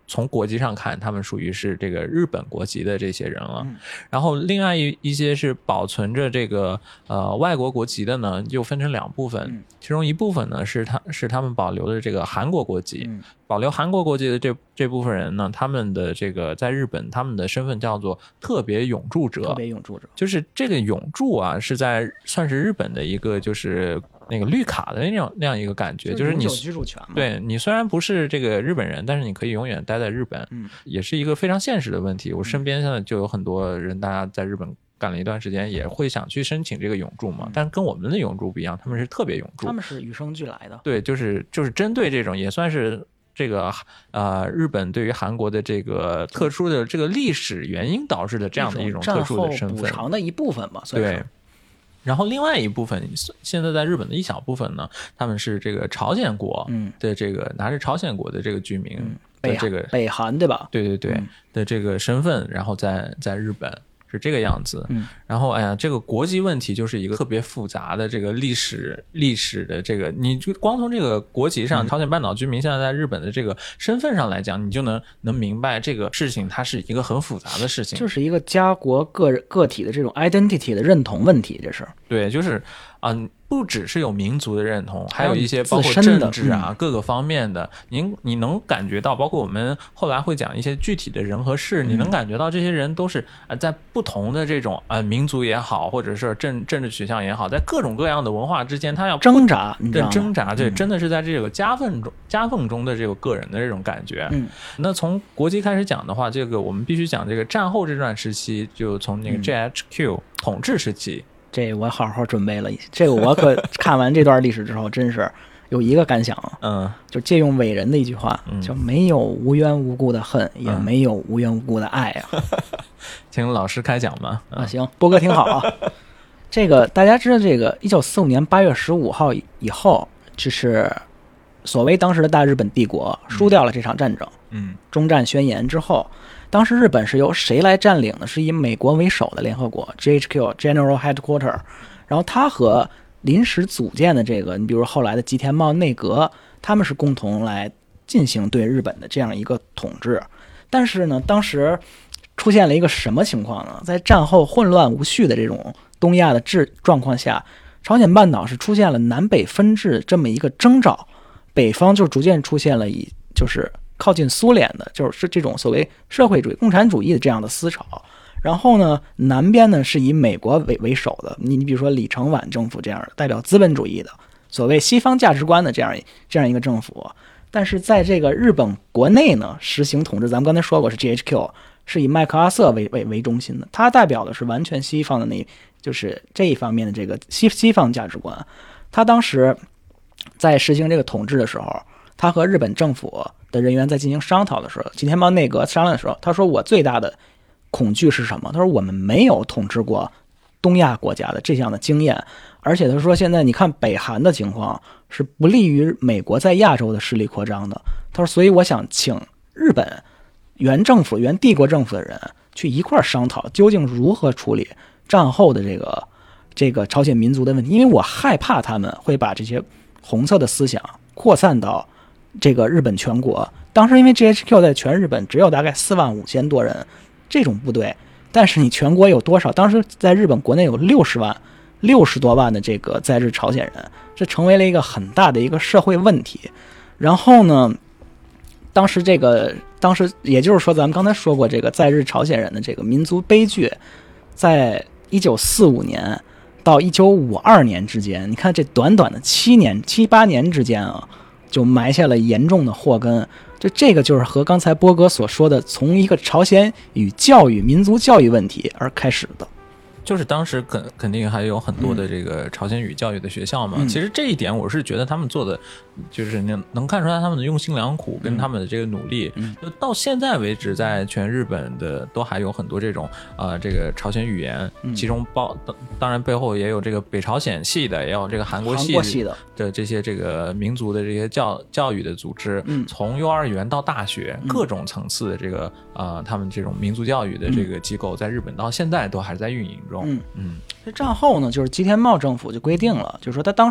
从国籍上看，他们属于是这个日本国籍的这些人了。嗯、然后另外一一些是保存着这个呃外国国籍的呢，又分成两部分。嗯、其中一部分呢是他是他们保留的这个韩国国籍，嗯、保留韩国国籍的这这部分人呢，他们的这个在日本他们的身份叫做特别永驻者。 特别永驻者就是这个永驻啊，是在算是日本的一个就是那个绿卡的那样那样一个感觉，就是你有居住权嘛。 对，你虽然不是这个日本人，但是你可以永远待在日本，嗯，也是一个非常现实的问题。我身边现在就有很多人，大家在日本干了一段时间，也会想去申请这个永驻嘛，嗯、但是跟我们的永驻不一样，他们是特别永驻， 他们是与生俱来的。 对，就是就是针对这种也算是这个呃日本对于韩国的这个特殊的这个历史原因导致的这样的一种特殊的身份， 补偿的一部分吧，算是。 对。然后另外一部分，现在在日本的一小部分呢，他们是这个朝鲜国的这个、嗯、拿着朝鲜国的这个居民的这个、 嗯、北, 北韩对吧？ 对对对、嗯、的这个身份，然后在在日本是这个样子。嗯，然后哎呀，这个国籍问题就是一个特别复杂的这个历史历史的这个，你就光从这个国籍上，朝鲜半岛居民现在在日本的这个身份上来讲，你就能能明白这个事情它是一个很复杂的事情， 就是一个家国个个体的这种 identity 的认同问题，这是对，就是啊。嗯不只是有民族的认同，还有一些包括政治啊、嗯、各个方面的，您你能感觉到，包括我们后来会讲一些具体的人和事，嗯、你能感觉到这些人都是呃在不同的这种呃民族也好，或者是政政治取向也好，在各种各样的文化之间，他要挣扎， 对挣扎，对，嗯、真的是在这个夹缝中夹缝中的这个个人的这种感觉。嗯，那从国籍开始讲的话，这个我们必须讲这个战后这段时期，就从那个 J H Q 统治时期。 嗯这我好好准备了，这个我可看完这段历史之后，真是有一个感想，嗯，就借用伟人的一句话，嗯、就没有无缘无故的恨，嗯、也没有无缘无故的爱啊。 请老师开讲吧。 嗯、啊，行，波哥挺好啊。这个大家知道，这个一九四五年八月十五号以后，就是所谓当时的大日本帝国输掉了这场战争，嗯，终战宣言之后。当时日本是由谁来占领呢？是以美国为首的联合国 G H Q General Headquarter， 然后他和临时组建的这个，你比如后来的吉田茂内阁，他们是共同来进行对日本的这样一个统治。但是呢，当时出现了一个什么情况呢？在战后混乱无序的这种东亚的治状况下，朝鲜半岛是出现了南北分治这么一个征兆，北方就逐渐出现了以就是靠近苏联的，就是这种所谓社会主义、共产主义的这样的思潮。然后呢，南边呢是以美国为为首的，你你比如说李承晚政府这样的代表资本主义的所谓西方价值观的这样这样一个政府。但是在这个日本国内呢，实行统治，咱们刚才说过是 G H Q， 是以麦克阿瑟为为为中心的，他代表的是完全西方的那，就是这一方面的这个西西方价值观。他当时在实行这个统治的时候，他和日本政府的人员在进行商讨的时候，吉田茂内阁商量的时候，他说我最大的恐惧是什么？他说我们没有统治过东亚国家的这样的经验，而且他说现在你看北韩的情况是不利于美国在亚洲的势力扩张的。他说所以我想请日本原政府原帝国政府的人去一块商讨究竟如何处理战后的这个这个朝鲜民族的问题，因为我害怕他们会把这些红色的思想扩散到这个日本全国。当时因为 G H Q 在全日本只有大概四万五千多人这种部队，但是你全国有多少？当时在日本国内有六十万六十多万的这个在日朝鲜人，这成为了一个很大的一个社会问题。然后呢，当时这个当时也就是说咱们刚才说过这个在日朝鲜人的这个民族悲剧，在一九四五年到一九五二年之间，你看这短短的七年七八年之间啊，就埋下了严重的祸根。就这个就是和刚才波哥所说的从一个朝鲜语教育民族教育问题而开始的。 就是当时肯肯定还有很多的这个朝鲜语教育的学校嘛、嗯、其实这一点我是觉得他们做的就是能能看出来他们的用心良苦跟他们的这个努力、嗯、就到现在为止在全日本的都还有很多这种呃这个朝鲜语言、嗯、其中包当然背后也有这个北朝鲜系的也有这个韩国系 的, 国系的的这些这个民族的这些教教育的组织、嗯、从幼儿园到大学、嗯、各种层次的这个呃他们这种民族教育的这个机构在日本到现在都还是在运营中。 嗯嗯，这战后呢，就是吉田茂政府就规定了，就是说他当时他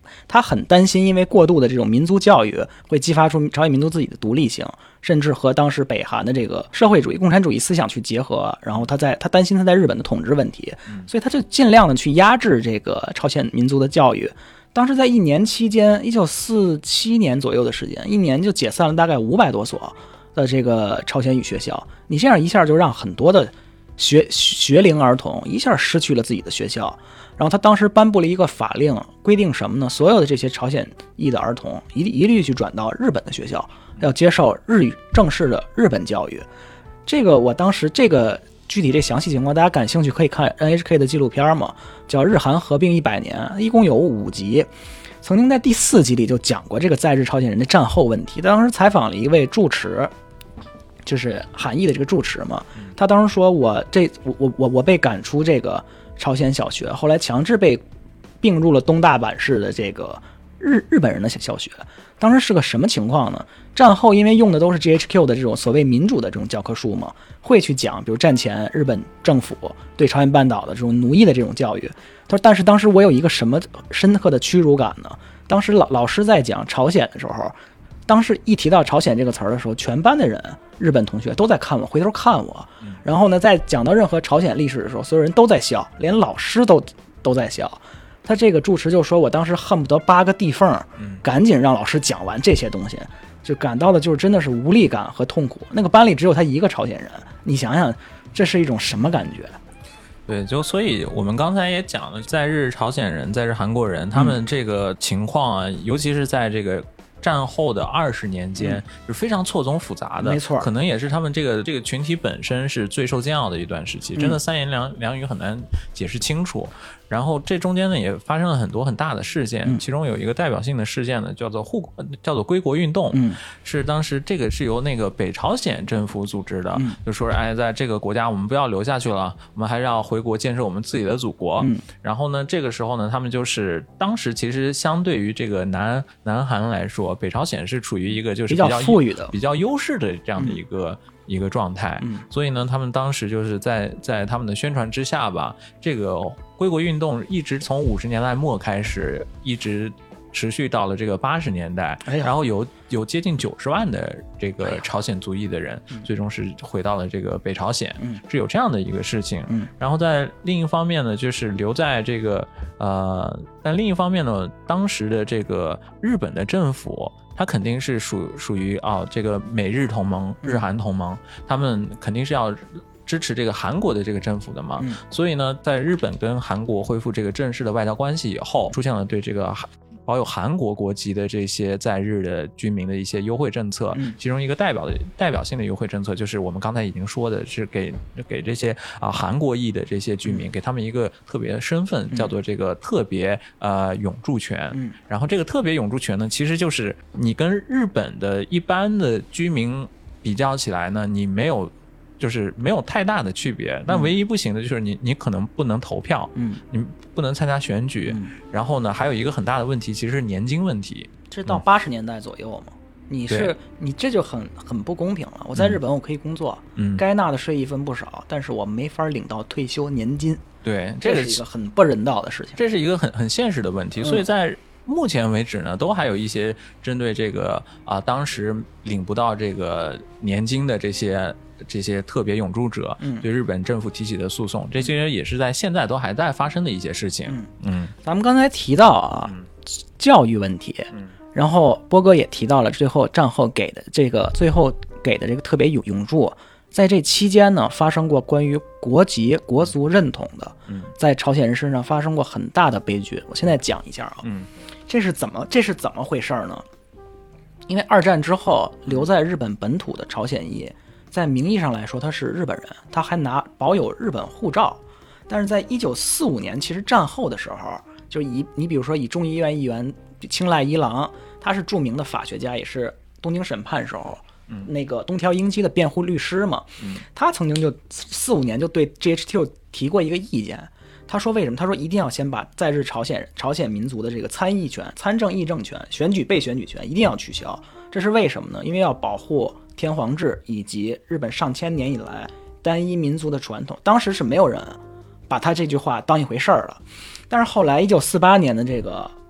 他很担心，因为过度的这种民族教育会激发出朝鲜民族自己的独立性，甚至和当时北韩的这个社会主义、共产主义思想去结合。然后他在他担心他在日本的统治问题，所以他就尽量的去压制这个朝鲜民族的教育。当时在一年期间，一九四七年左右的时间，一年就解散了大概五百多所的这个朝鲜语学校。你这样一下就让很多的学学龄儿童一下失去了自己的学校。然后他当时颁布了一个法令，规定什么呢？所有的这些朝鲜裔的儿童一一律去转到日本的学校，要接受日语正式的日本教育。这个我当时这个具体这详细情况，大家感兴趣可以看 N H K 的纪录片嘛，叫《日韩合并一百年》，一共有五集。曾经在第四集里就讲过这个在日朝鲜人的战后问题。当时采访了一位住持，就是韩裔的这个住持嘛，他当时说我这我我我我被赶出这个朝鲜小学，后来强制被并入了东大阪市的这个日日本人的小学。当时是个什么情况呢？战后因为用的都是 G H Q 的这种所谓民主的这种教科书嘛，会去讲比如战前日本政府对朝鲜半岛的这种奴役的这种教育。他说但是当时我有一个什么深刻的屈辱感呢？当时老老师在讲朝鲜的时候，当时一提到朝鲜这个词儿的时候，全班的人日本同学都在看我，回头看我。然后呢，在讲到任何朝鲜历史的时候，所有人都在笑，连老师都都在笑。他这个住持就说，我当时恨不得扒个地缝，赶紧让老师讲完这些东西，就感到的就是真的是无力感和痛苦。那个班里只有他一个朝鲜人，你想想，这是一种什么感觉？ 对，就所以我们刚才也讲了，在日朝鲜人、在日韩国人，他们这个情况啊，嗯、尤其是在这个战后的二十年间，嗯、是非常错综复杂的。 没错， 可能也是他们这个这个群体本身是最受煎熬的一段时期，真的三言两两语很难解释清楚。然后这中间呢也发生了很多很大的事件，嗯、其中有一个代表性的事件呢叫做护叫做归国运动，嗯、是当时这个是由那个北朝鲜政府组织的，嗯、就说哎，在这个国家我们不要留下去了，我们还是要回国建设我们自己的祖国。嗯、然后呢，这个时候呢，他们就是当时其实相对于这个南南韩来说，北朝鲜是处于一个就是比较比较富裕的、 比较优势的这样的一个。嗯一个状态，嗯，所以呢，他们当时就是在在他们的宣传之下吧，这个归国运动一直从五十年代末开始，一直持续到了这个八十年代，哎、然后有有接近九十万的这个朝鲜族裔的人，哎、最终是回到了这个北朝鲜，嗯，是有这样的一个事情。嗯，然后在另一方面呢，就是留在这个呃，但另一方面呢，当时的这个日本的政府。它肯定是属属于啊、哦，这个美日同盟、日韩同盟，他们肯定是要支持这个韩国的这个政府的嘛。嗯、所以呢，在日本跟韩国恢复这个正式的外交关系以后，出现了对这个保有韩国国籍的这些在日的居民的一些优惠政策。嗯、其中一个代表的代表性的优惠政策，就是我们刚才已经说的，是给给这些啊韩国裔的这些居民，嗯、给他们一个特别的身份，叫做这个特别呃永住权。嗯、然后这个特别永住权呢，其实就是你跟日本的一般的居民比较起来呢，你没有。就是没有太大的区别，但唯一不行的就是你，你可能不能投票，嗯，你不能参加选举，嗯、然后呢，还有一个很大的问题，其实是年金问题。 这到八十年代左右嘛，嗯、你是你这就很很不公平了。我在日本我可以工作，嗯，该纳的税一分不少，但是我没法领到退休年金。 对， 这是一个很不人道的事情。 这是一个很很现实的问题，嗯、所以在。目前为止呢，都还有一些针对这个啊、呃，当时领不到这个年金的这些这些特别永住者，嗯，对日本政府提起的诉讼，这些也是在现在都还在发生的一些事情。嗯嗯，咱们刚才提到啊，嗯、教育问题，嗯，然后波哥也提到了最后战后给的这个最后给的这个特别永永住。在这期间呢，发生过关于国籍、国族认同的，在朝鲜人身上发生过很大的悲剧。我现在讲一下啊，嗯，这是怎么这是怎么回事呢？因为二战之后留在日本本土的朝鲜裔，在名义上来说他是日本人，他还拿保有日本护照，但是在一九四五年，其实战后的时候，就以你比如说以众议院议员青濑一郎，他是著名的法学家，也是东京审判时候。那个东条英机的辩护律师嘛，嗯、他曾经就四五年就对 G H Q 提过一个意见。他说为什么？他说一定要先把在日朝鲜朝鲜民族的这个参议权、参政议政权、选举被选举权一定要取消。这是为什么呢？因为要保护天皇制以及日本上千年以来单一民族的传统。当时是没有人把他这句话当一回事儿了。但是后来一九四八年的这个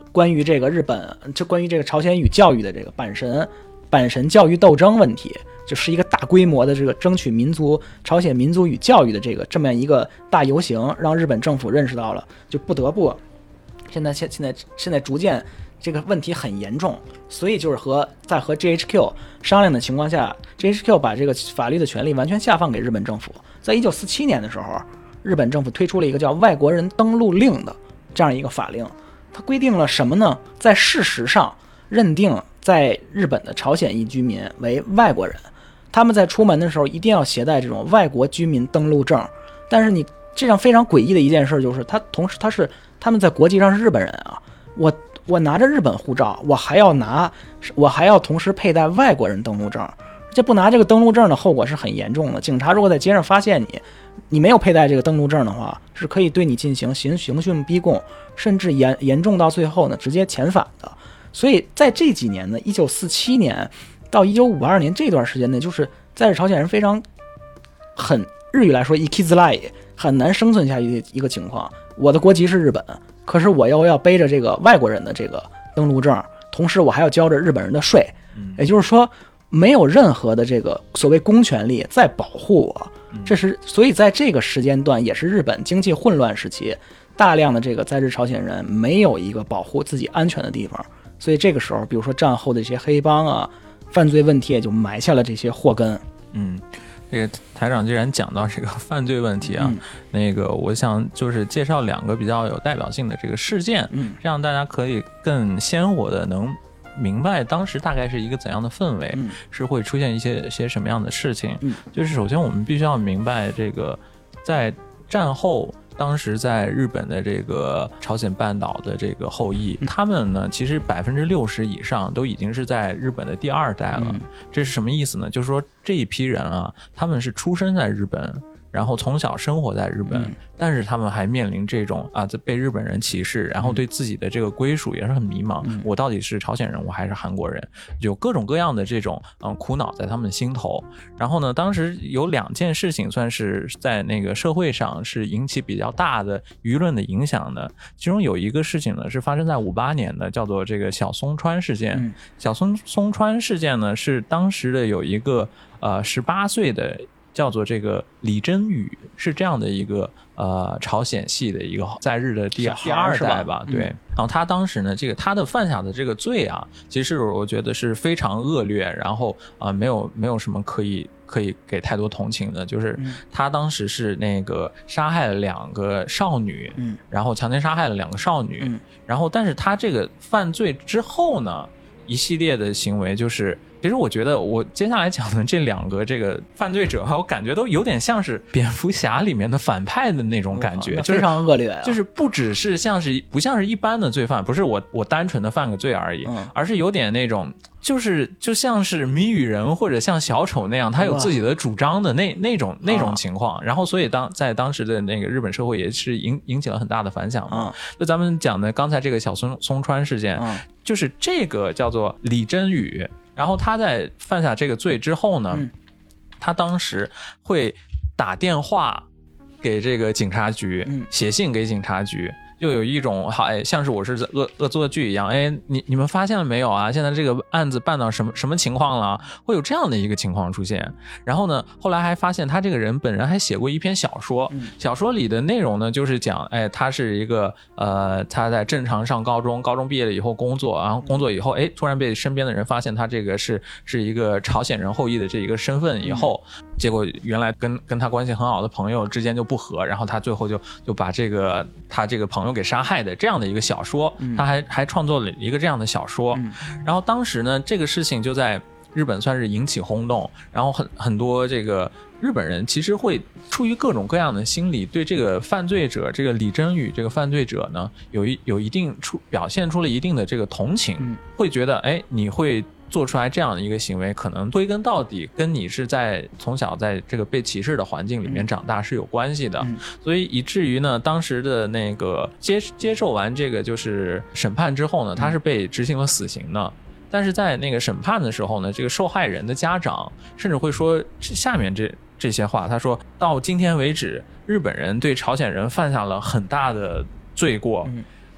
关于这个日本，就关于这个朝鲜语教育的这个阪神阪神教育斗争问题，就是一个大规模的这个争取民族朝鲜民族语教育的这个这么一个大游行，让日本政府认识到了，就不得不现在现现在现在逐渐这个问题很严重，所以就是和在和 G H Q 商量的情况下 ，G H Q 把这个法律的权利完全下放给日本政府。在一九四七年的时候，日本政府推出了一个叫外国人登陆令的这样一个法令，它规定了什么呢？在事实上认定在日本的朝鲜裔居民为外国人，他们在出门的时候一定要携带这种外国居民登陆证。但是你这样非常诡异的一件事就是，他同时他是他们在国际上是日本人啊，我我拿着日本护照，我还要拿我还要同时佩戴外国人登陆证。这不拿这个登陆证的后果是很严重的。警察如果在街上发现你，你没有佩戴这个登陆证的话，是可以对你进行刑刑讯逼供，甚至严严重到最后呢，直接遣返的。所以在这几年呢，一九四七年到一九五二年这段时间内，就是在日朝鲜人非常很日语来说 ikizulai 很难生存下去的一个情况。我的国籍是日本，可是我又要背着这个外国人的这个登陆证，同时我还要交着日本人的税，也就是说没有任何的这个所谓公权力在保护我。这是所以在这个时间段也是日本经济混乱时期，大量的这个在日朝鲜人没有一个保护自己安全的地方，所以这个时候比如说战后的这些黑帮啊犯罪问题也就埋下了这些祸根。 嗯，这个台长既然讲到这个犯罪问题啊、嗯、那个我想就是介绍两个比较有代表性的这个事件，嗯，这样大家可以更鲜活的能明白当时大概是一个怎样的氛围、嗯、是会出现一些些什么样的事情、嗯、就是首先我们必须要明白这个在战后当时在日本的这个朝鲜半岛的这个后裔、嗯、他们呢其实百分之六十以上都已经是在日本的第二代了、嗯、这是什么意思呢？就是说这一批人啊，他们是出生在日本，然后从小生活在日本、嗯、但是他们还面临这种啊被日本人歧视，然后对自己的这个归属也是很迷茫、嗯、我到底是朝鲜人我还是韩国人，有各种各样的这种嗯苦恼在他们心头。然后呢当时有两件事情算是在那个社会上是引起比较大的舆论的影响的，其中有一个事情呢是发生在五八年的，叫做这个小松川事件、嗯、小松松川事件呢是当时的有一个呃十八岁的叫做这个李真宇，是这样的一个呃朝鲜系的一个在日的第第二代吧，对、嗯。然后他当时呢，这个他的犯下的这个罪啊，其实我觉得是非常恶劣，然后啊、呃、没有没有什么可以可以给太多同情的，就是他当时是那个杀害了两个少女，嗯，然后强奸杀害了两个少女，嗯，然后但是他这个犯罪之后呢，一系列的行为就是。其实我觉得我接下来讲的这两个这个犯罪者我感觉都有点像是蝙蝠侠里面的反派的那种感觉，就是非常恶劣、啊、 就是不只是像是不像是一般的罪犯，不是我我单纯的犯个罪而已、嗯、而是有点那种就是就像是谜语人或者像小丑那样，他有自己的主张的那那种那种情况，然后所以当在当时的那个日本社会也是引引起了很大的反响嘛。就咱们讲的刚才这个小松松川事件，就是这个叫做李真宇，然后他在犯下这个罪之后呢、嗯、他当时会打电话给这个警察局、嗯、写信给警察局，又有一种好哎，像是我是恶恶作剧一样，哎，你你们发现了没有啊？现在这个案子办到什么什么情况了？会有这样的一个情况出现。然后呢，后来还发现他这个人本人还写过一篇小说，嗯、小说里的内容呢，就是讲，哎，他是一个呃，他在正常上高中，高中毕业了以后工作，然后工作以后，哎，突然被身边的人发现他这个是是一个朝鲜人后裔的这一个身份以后，嗯、结果原来跟跟他关系很好的朋友之间就不和，然后他最后就就把这个他这个朋友给杀害的这样的一个小说，他还还创作了一个这样的小说，然后当时呢，这个事情就在日本算是引起轰动，然后很很多这个日本人其实会出于各种各样的心理，对这个犯罪者这个李真宇这个犯罪者呢，有一有一定出表现出了一定的这个同情，会觉得哎，你会做出来这样的一个行为，可能归根到底跟你是在从小在这个被歧视的环境里面长大是有关系的，嗯、所以以至于呢，当时的那个接接受完这个就是审判之后呢，他是被执行了死刑的。但是在那个审判的时候呢，这个受害人的家长甚至会说下面这这些话，他说到今天为止，日本人对朝鲜人犯下了很大的罪过。嗯，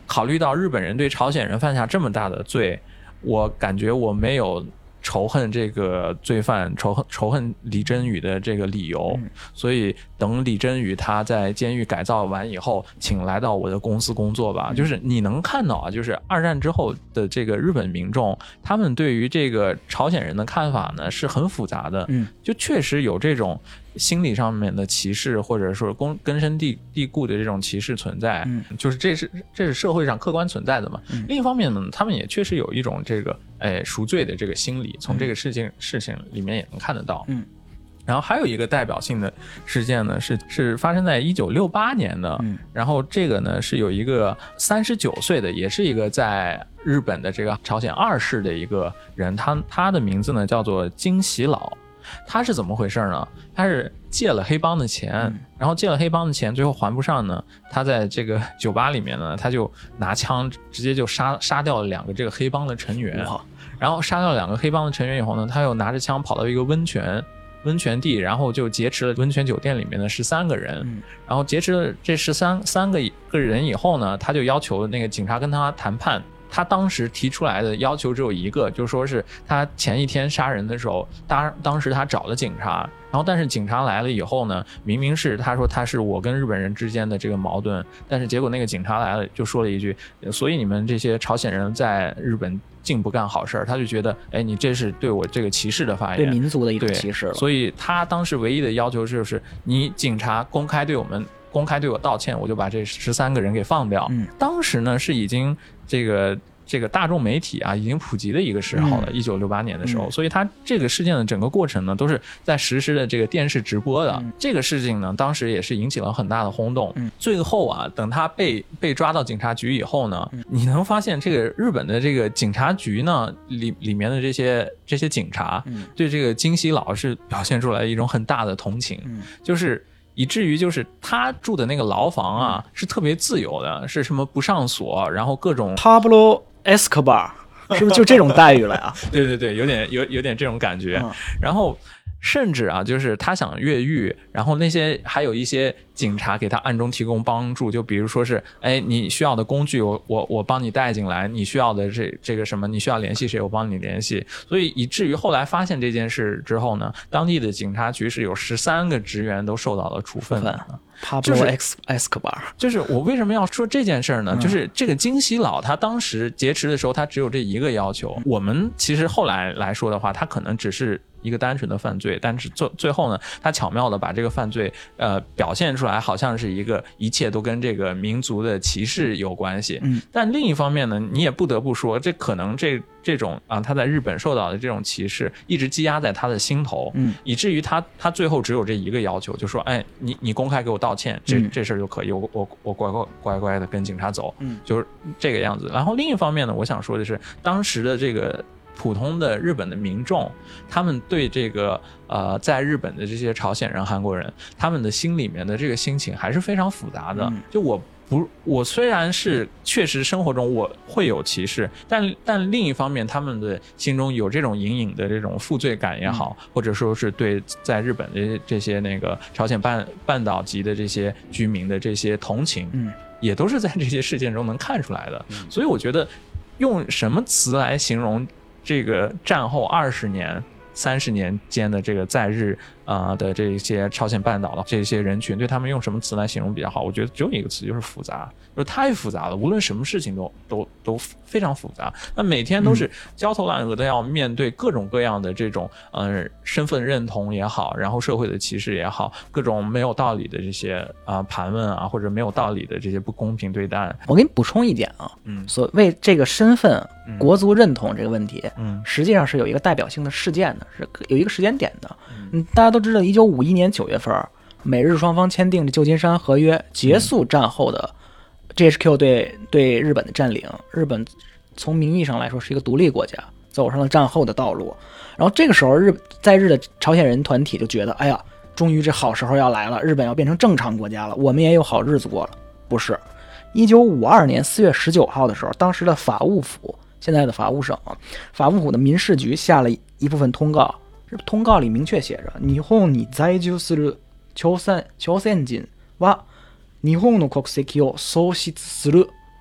考虑到日本人对朝鲜人犯下这么大的罪，我感觉我没有仇恨这个罪犯，仇恨仇恨李珍宇的这个理由， 嗯、 所以等李珍宇他在监狱改造完以后，请来到我的公司工作吧。 嗯、 就是你能看到啊，就是二战之后的这个日本民众，他们对于这个朝鲜人的看法呢是很复杂的， 嗯， 就确实有这种心理上面的歧视，或者说根深蒂蒂固的这种歧视存在， 嗯， 就是这是这是社会上客观存在的嘛。 嗯、 另一方面呢，他们也确实有一种这个哎赎罪的这个心理，从这个事情、嗯、事情里面也能看得到。 嗯， 然后还有一个代表性的事件呢，是是发生在一九六八年的。 嗯， 然后这个呢是有一个三十九岁的，也是一个在日本的这个朝鲜二世的一个人，他他的名字呢叫做金喜老。他是怎么回事呢？他是借了黑帮的钱、嗯、然后借了黑帮的钱最后还不上呢，他在这个酒吧里面呢，他就拿枪直接就杀杀掉了两个这个黑帮的成员，然后杀掉两个黑帮的成员以后呢，他又拿着枪跑到一个温泉温泉地，然后就劫持了温泉酒店里面的十三个人、嗯、然后劫持了这十三三个个人以后呢，他就要求那个警察跟他谈判。他当时提出来的要求只有一个，就说是他前一天杀人的时候，当当时他找了警察，然后但是警察来了以后呢，明明是他说他是我跟日本人之间的这个矛盾，但是结果那个警察来了就说了一句，所以你们这些朝鲜人在日本竟不干好事，他就觉得哎，你这是对我这个歧视的发言， 对民族的一种歧视了。 所以他当时唯一的要求就是你警察公开对我们公开对我道歉，我就把这十三个人给放掉、 嗯、 当时呢是已经这个这个大众媒体啊已经普及的一个时候了，一九六八年的时候、嗯、所以它这个事件的整个过程呢都是在实时的这个电视直播的、嗯、这个事情呢当时也是引起了很大的轰动、嗯、最后啊等他被被抓到警察局以后呢、嗯、你能发现这个日本的这个警察局呢里里面的这些这些警察、嗯、对这个金喜老是表现出来一种很大的同情、嗯、就是以至于就是他住的那个牢房啊、嗯、是特别自由的，是什么不上锁，然后各种 Pablo Escobar 是不是就这种待遇了呀？ 对对对，有点有有点这种感觉、嗯、然后甚至啊就是他想越狱，然后那些还有一些警察给他暗中提供帮助，就比如说是哎你需要的工具我我我帮你带进来，你需要的这这个什么你需要联系谁我帮你联系，所以以至于后来发现这件事之后呢，当地的警察局是有十三个职员都受到了处分的。 Pablo Escobar 就是我为什么要说这件事呢、嗯、就是这个金喜老他当时劫持的时候他只有这一个要求、嗯、我们其实后来来说的话他可能只是一个单纯的犯罪，但是最最后呢他巧妙的把这个犯罪呃表现出来好像是一个一切都跟这个民族的歧视有关系、嗯、但另一方面呢你也不得不说这可能这这种啊他在日本受到的这种歧视一直积压在他的心头、嗯、以至于他他最后只有这一个要求，就说哎你你公开给我道歉，这、嗯、这事儿就可以，我我我乖乖乖乖的跟警察走、嗯、就是这个样子。然后另一方面呢我想说的是当时的这个普通的日本的民众，他们对这个呃在日本的这些朝鲜人韩国人他们的心里面的这个心情还是非常复杂的、嗯、就我不我虽然是确实生活中我会有歧视，但但另一方面他们的心中有这种隐隐的这种负罪感也好、嗯、或者说是对在日本的这些那个朝鲜半半岛籍的这些居民的这些同情、嗯、也都是在这些事件中能看出来的、嗯、所以我觉得用什么词来形容这个战后二十年三十年间的这个在日啊、呃、的这些朝鲜半岛的这些人群，对他们用什么词来形容比较好？我觉得只有一个词，就是复杂，就是太复杂了，无论什么事情都都都非常复杂。那每天都是焦头烂额的要面对各种各样的这种呃身份认同也好，然后社会的歧视也好，各种没有道理的这些啊、呃、盘问啊，或者没有道理的这些不公平对待。 我给你补充一点啊，嗯，所谓这个身份、嗯、国族认同这个问题，嗯，实际上是有一个代表性的事件的，是有一个时间点的。嗯，大家都知道，一九五一年九月份，美日双方签订的旧金山合约，结束战后的 G H Q 对对日本的占领。日本从名义上来说是一个独立国家，走上了战后的道路。然后这个时候，日在日的朝鲜人团体就觉得，哎呀，终于这好时候要来了，日本要变成正常国家了，我们也有好日子过了。不是，一九五二年四月十九号的时候，当时的法务府，现在的法务省，法务府的民事局下了一部分通告。通告里明确写着，日本に在住する朝鮮朝鮮人は日本の国籍を喪失する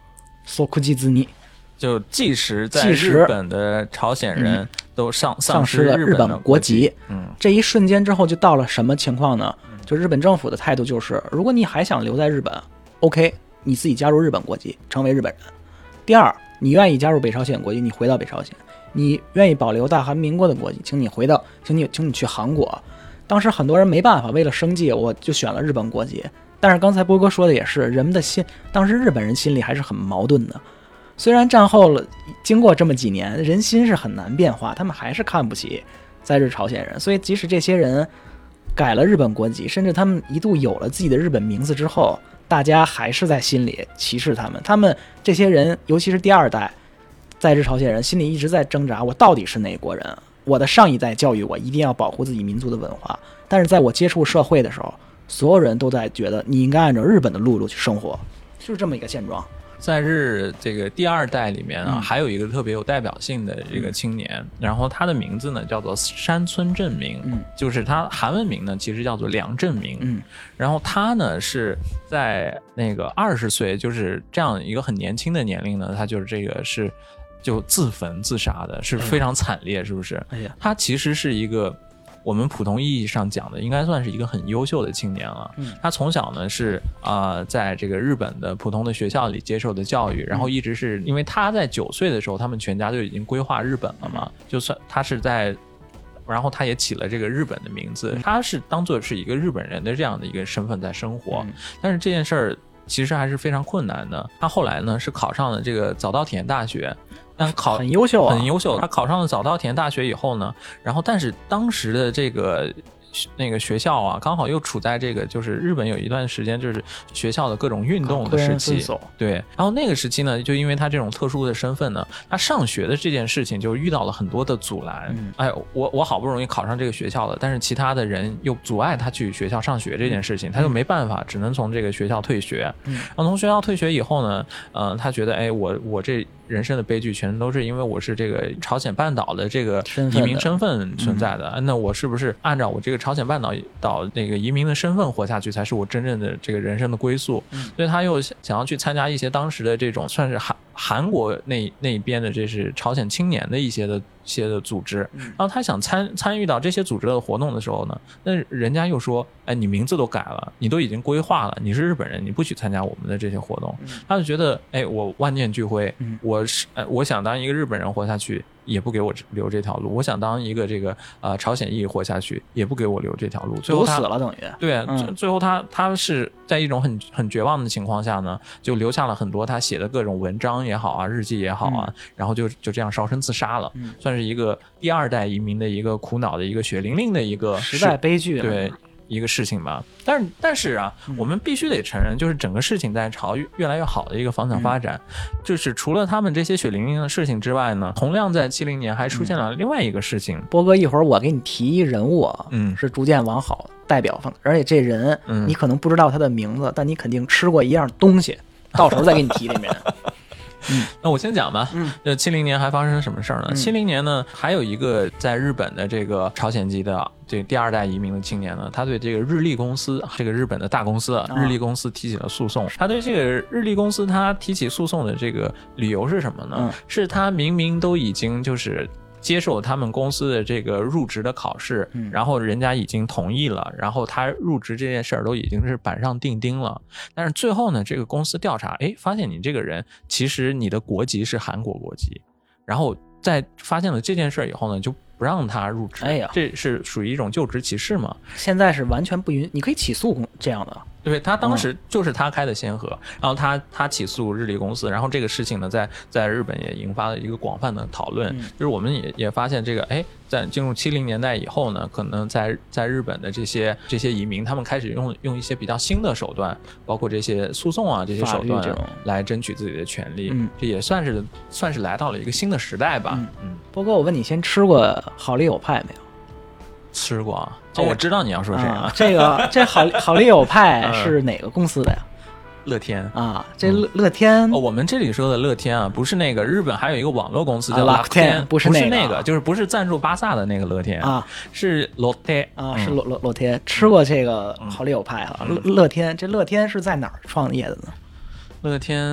索库基兹尼， 就即使在日本的朝鲜人都丧、嗯、 丧失了日本国籍，嗯，这一瞬间之后就到了什么情况呢？就日本政府的态度就是，如果你还想留在日本 ，OK， 你自己加入日本国籍，成为日本人。第二，你愿意加入北朝鲜国籍，你回到北朝鲜；你愿意保留大韩民国的国籍，请你回到，请你，请你去韩国。当时很多人没办法，为了生计，我就选了日本国籍。但是刚才波哥说的也是，人们的心，当时日本人心里还是很矛盾的。虽然战后了，经过这么几年，人心是很难变化，他们还是看不起在日朝鲜人。所以即使这些人改了日本国籍，甚至他们一度有了自己的日本名字之后，大家还是在心里歧视他们。他们这些人，尤其是第二代在日朝鲜人，心里一直在挣扎：我到底是哪国人？我的上一代教育我一定要保护自己民族的文化，但是在我接触社会的时候，所有人都在觉得你应该按照日本的路路去生活，就是这么一个现状。 在日这个第二代里面啊，嗯、还有一个特别有代表性的这个青年，嗯、然后他的名字呢叫做山村正明，嗯，就是他韩文名呢其实叫做梁正明，嗯，然后他呢是在那个二十岁，就是这样一个很年轻的年龄呢，他就是这个是就自焚自杀的，是非常惨烈，是不是？哎呀，他其实是一个。我们普通意义上讲的应该算是一个很优秀的青年了。嗯、他从小呢是啊、呃，在这个日本的普通的学校里接受的教育，然后一直是因为他在九岁的时候，他们全家就已经规划日本了嘛，就算他是在，然后他也起了这个日本的名字，他是当作是一个日本人的这样的一个身份在生活。嗯、但是这件事儿其实还是非常困难的。他后来呢是考上了这个早稻田大学。但考很优秀啊， 很优秀。他考上了早稻田大学以后呢，然后但是当时的这个那个学校啊，刚好又处在这个就是日本有一段时间就是学校的各种运动的时期，对。然后那个时期呢，就因为他这种特殊的身份呢，他上学的这件事情就遇到了很多的阻拦。嗯、哎，我我好不容易考上这个学校了，但是其他的人又阻碍他去学校上学这件事情，他就没办法，只能从这个学校退学。嗯、然后从学校退学以后呢，呃，他觉得哎，我我这。人生的悲剧全都是因为我是这个朝鲜半岛的这个移民身份存在的，嗯、那我是不是按照我这个朝鲜半岛岛那个移民的身份活下去，才是我真正的这个人生的归宿？嗯、所以他又想要去参加一些当时的这种算是韩韩国那那边的这是朝鲜青年的一些的一些的组织，然后他想参参与到这些组织的活动的时候呢，那人家又说，哎，你名字都改了，你都已经规划了，你是日本人，你不许参加我们的这些活动。他就觉得，哎，我万念俱灰，我是，呃，我想当一个日本人活下去，也不给我留这条路；我想当一个这个呃朝鲜裔活下去，也不给我留这条路。最后他死了，等于对， 嗯、 最后他他是在一种很很绝望的情况下呢，就留下了很多他写的各种文章也好啊，日记也好啊，嗯、然后就就这样烧身自杀了，嗯、算是一个第二代移民的一个苦恼的一个血淋淋的一个时代悲剧， 对。一个事情吧，但是但是啊，嗯、我们必须得承认，就是整个事情在朝越来越好的一个方向发展。嗯、就是除了他们这些血淋淋的事情之外呢，同样在七零年还出现了另外一个事情。嗯、 波哥，一会儿我给你提一人物啊，嗯，是逐渐往好代表方，而且这人，嗯，你可能不知道他的名字，但你肯定吃过一样东西，到时候再给你提里面。 嗯，那我先讲吧。嗯，这七零年还发生了什么事儿呢？七零、嗯、年呢，还有一个在日本的这个朝鲜籍的这个第二代移民的青年呢，他对这个日立公司，这个日本的大公司，日立公司提起了诉讼。哦、他对这个日立公司他提起诉讼的这个理由是什么呢？嗯、是他明明都已经就是接受他们公司的这个入职的考试，嗯、然后人家已经同意了，然后他入职这件事儿都已经是板上钉钉了，但是最后呢，这个公司调查，哎，发现你这个人其实你的国籍是韩国国籍，然后在发现了这件事以后呢，就不让他入职。 哎呀， 这是属于一种就职歧视嘛？ 现在是完全不允，你可以起诉这样的。 对，他当时就是他开的先河，嗯、然后他他起诉日立公司，然后这个事情呢，在在日本也引发了一个广泛的讨论。嗯、就是我们也也发现这个，哎，在进入七零年代以后呢，可能在在日本的这些这些移民，他们开始用用一些比较新的手段，包括这些诉讼啊这些手段来争取自己的权利。嗯、这也算是算是来到了一个新的时代吧。嗯， 嗯波哥，我问你，先吃过好丽友派没有？ 吃过啊，哦，我知道你要说这个。 啊、这个这好好丽友派是哪个公司的呀？ 乐天啊，这乐乐天、 嗯、哦，我们这里说的乐天啊，不是那个日本还有一个网络公司叫乐天， 啊、不是那个， 不是那个，就是不是赞助巴萨的那个乐天啊， 是乐天啊，是乐乐乐天。吃过这个好丽友派啊，乐乐天，这乐天是在哪儿创业的呢？ 乐天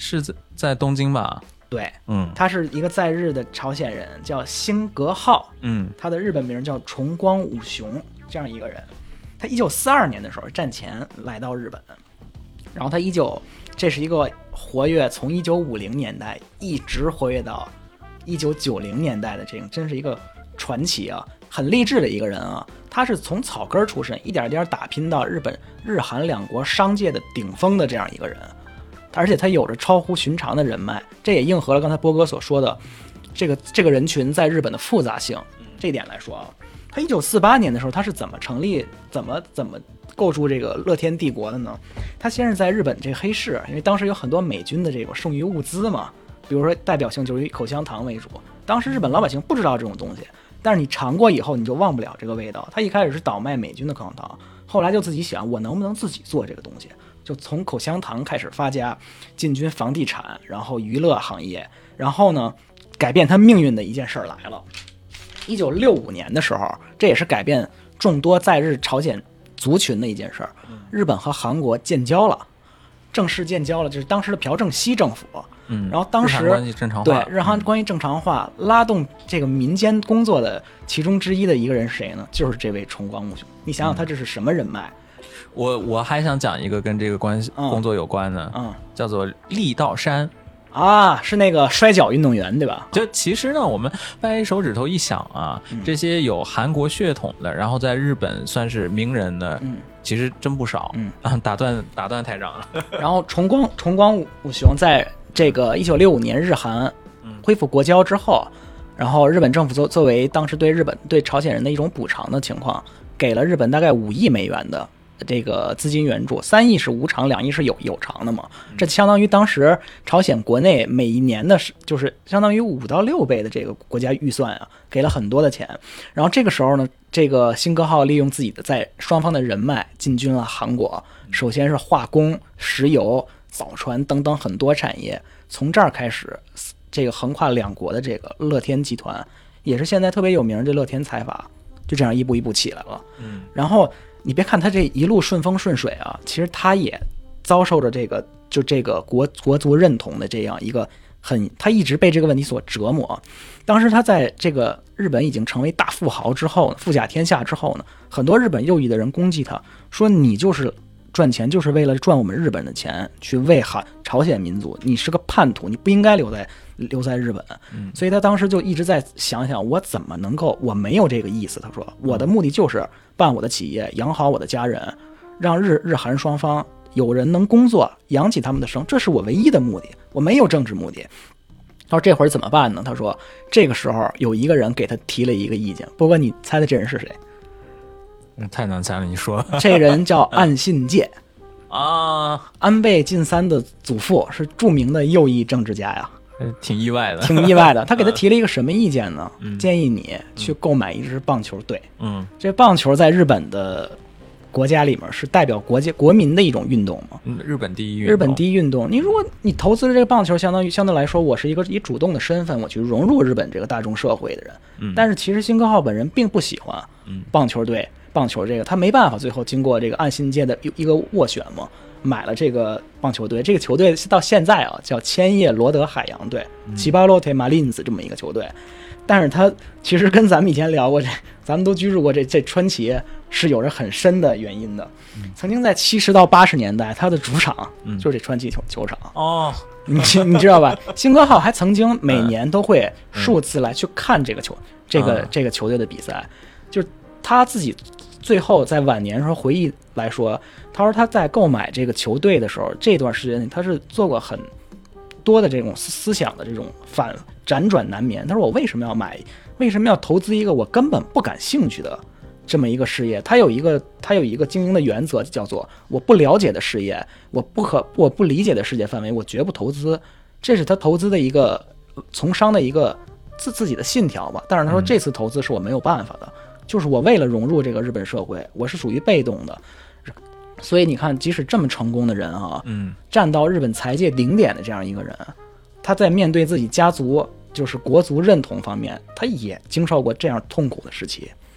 是在在东京吧？ 对， 嗯， 他是一个在日的朝鲜人，叫星格浩， 嗯， 他的日本名叫重光武雄，这样一个人。他一九四二年的时候战前来到日本，然后他一九，这是一个活跃从一九五零年代一直活跃到一九九零年代的这种，真是一个传奇啊，很励志的一个人啊。他是从草根出身，一点点打拼到日本日韩两国商界的顶峰的这样一个人。而且他有着超乎寻常的人脉，这也应和了刚才波哥所说的这个这个人群在日本的复杂性。这一点来说啊，他一九四八年的时候，他是怎么成立、怎么怎么构筑这个乐天帝国的呢？他先是在日本这个黑市，因为当时有很多美军的这个剩余物资嘛，比如说代表性就是以口香糖为主。当时日本老百姓不知道这种东西，但是你尝过以后，你就忘不了这个味道。他一开始是倒卖美军的口香糖，后来就自己想，我能不能自己做这个东西？就从口香糖开始发家，进军房地产，然后娱乐行业，然后呢，改变他命运的一件事儿来了。一九六五年的时候，这也是改变众多在日朝鲜族群的一件事儿。日本和韩国建交了，正式建交了，就是当时的朴正熙政府。 嗯， 然后当时日韩关系正常化， 对日韩关系正常化，拉动这个民间工作的其中之一的一个人是谁呢？就是这位重光武雄。你想想，他这是什么人脉？ 我我还想讲一个跟这个关系、嗯、工作有关的， 嗯， 叫做立道山啊，是那个摔跤运动员对吧？ 就其实呢，我们掰手指头一想啊，嗯、这些有韩国血统的，然后在日本算是名人的，嗯，其实真不少。 嗯， 啊、打断打断台长了。 然后重光重光武雄在这个一九六五年日韩恢复国交之后，然后日本政府作作为当时对日本对朝鲜人的一种补偿的情况，给了日本大概五亿美元的这个资金援助，三亿是无偿，两亿是有有偿的嘛？这相当于当时朝鲜国内每一年的，就是相当于五到六倍的这个国家预算啊，给了很多的钱。然后这个时候呢，这个辛格浩利用自己的在双方的人脉进军了韩国，首先是化工、石油、造船等等很多产业，从这儿开始，这个横跨两国的这个乐天集团，也是现在特别有名的乐天财阀，就这样一步一步起来了。 嗯， 然后。你别看他这一路顺风顺水啊，其实他也遭受着这个就这个国国族认同的这样一个很，他一直被这个问题所折磨。当时他在这个日本已经成为大富豪之后呢，富甲天下之后呢，很多日本右翼的人攻击他，说你就是赚钱就是为了赚我们日本的钱，去为韩朝鲜民族，你是个叛徒，你不应该留在留在日本。所以他当时就一直在想想，我怎么能够，我没有这个意思。他说，我的目的就是办我的企业，养好我的家人，让日日韩双方有人能工作，养起他们的生，这是我唯一的目的，我没有政治目的。他说这会儿怎么办呢？他说这个时候有一个人给他提了一个意见，波哥你猜的这人是谁？ 嗯，太难猜了，你说。 这人叫岸信介啊， 安倍晋三的祖父，是著名的右翼政治家呀。 挺意外的， 挺意外的。他给他提了一个什么意见呢？嗯、建议你去购买一支棒球队。 嗯， 这棒球在日本的国家里面是代表国家国民的一种运动嘛？ 嗯，日本第一运动。 日本第一运动。你如果你投资了这个棒球，相当于相对来说，我是一个以主动的身份，我去融入日本这个大众社会的人。 嗯， 但是其实辛格浩本人并不喜欢棒球队、棒球这个，他没办法，最后经过这个岸信介的一个斡旋嘛。买了这个棒球队，这个球队到现在啊叫千叶罗德海洋队，奇巴洛特马林斯这么一个球队。但是他其实跟咱们以前聊过这，咱们都居住过这这川崎，是有着很深的原因的。曾经在七十到八十年代，他的主场就是这川崎球球场。 哦， 你你知道吧？辛格浩还曾经每年都会数次来去看这个球，这个这个球队的比赛，就是他自己。最后在晚年时候回忆来说，他说他在购买这个球队的时候，这段时间他是做过很多的这种思想的这种反辗转难眠。他说我为什么要买，为什么要投资一个我根本不感兴趣的这么一个事业？他有一个他有一个经营的原则，叫做我不了解的事业，我不可我不理解的世界范围，我绝不投资。这是他投资的一个从商的一个自自己的信条吧。但是他说这次投资是我没有办法的。就是我为了融入这个日本社会，我是属于被动的，所以你看，即使这么成功的人啊， 嗯， 站到日本财界顶点的这样一个人，他在面对自己家族就是国族认同方面，他也经受过这样痛苦的时期。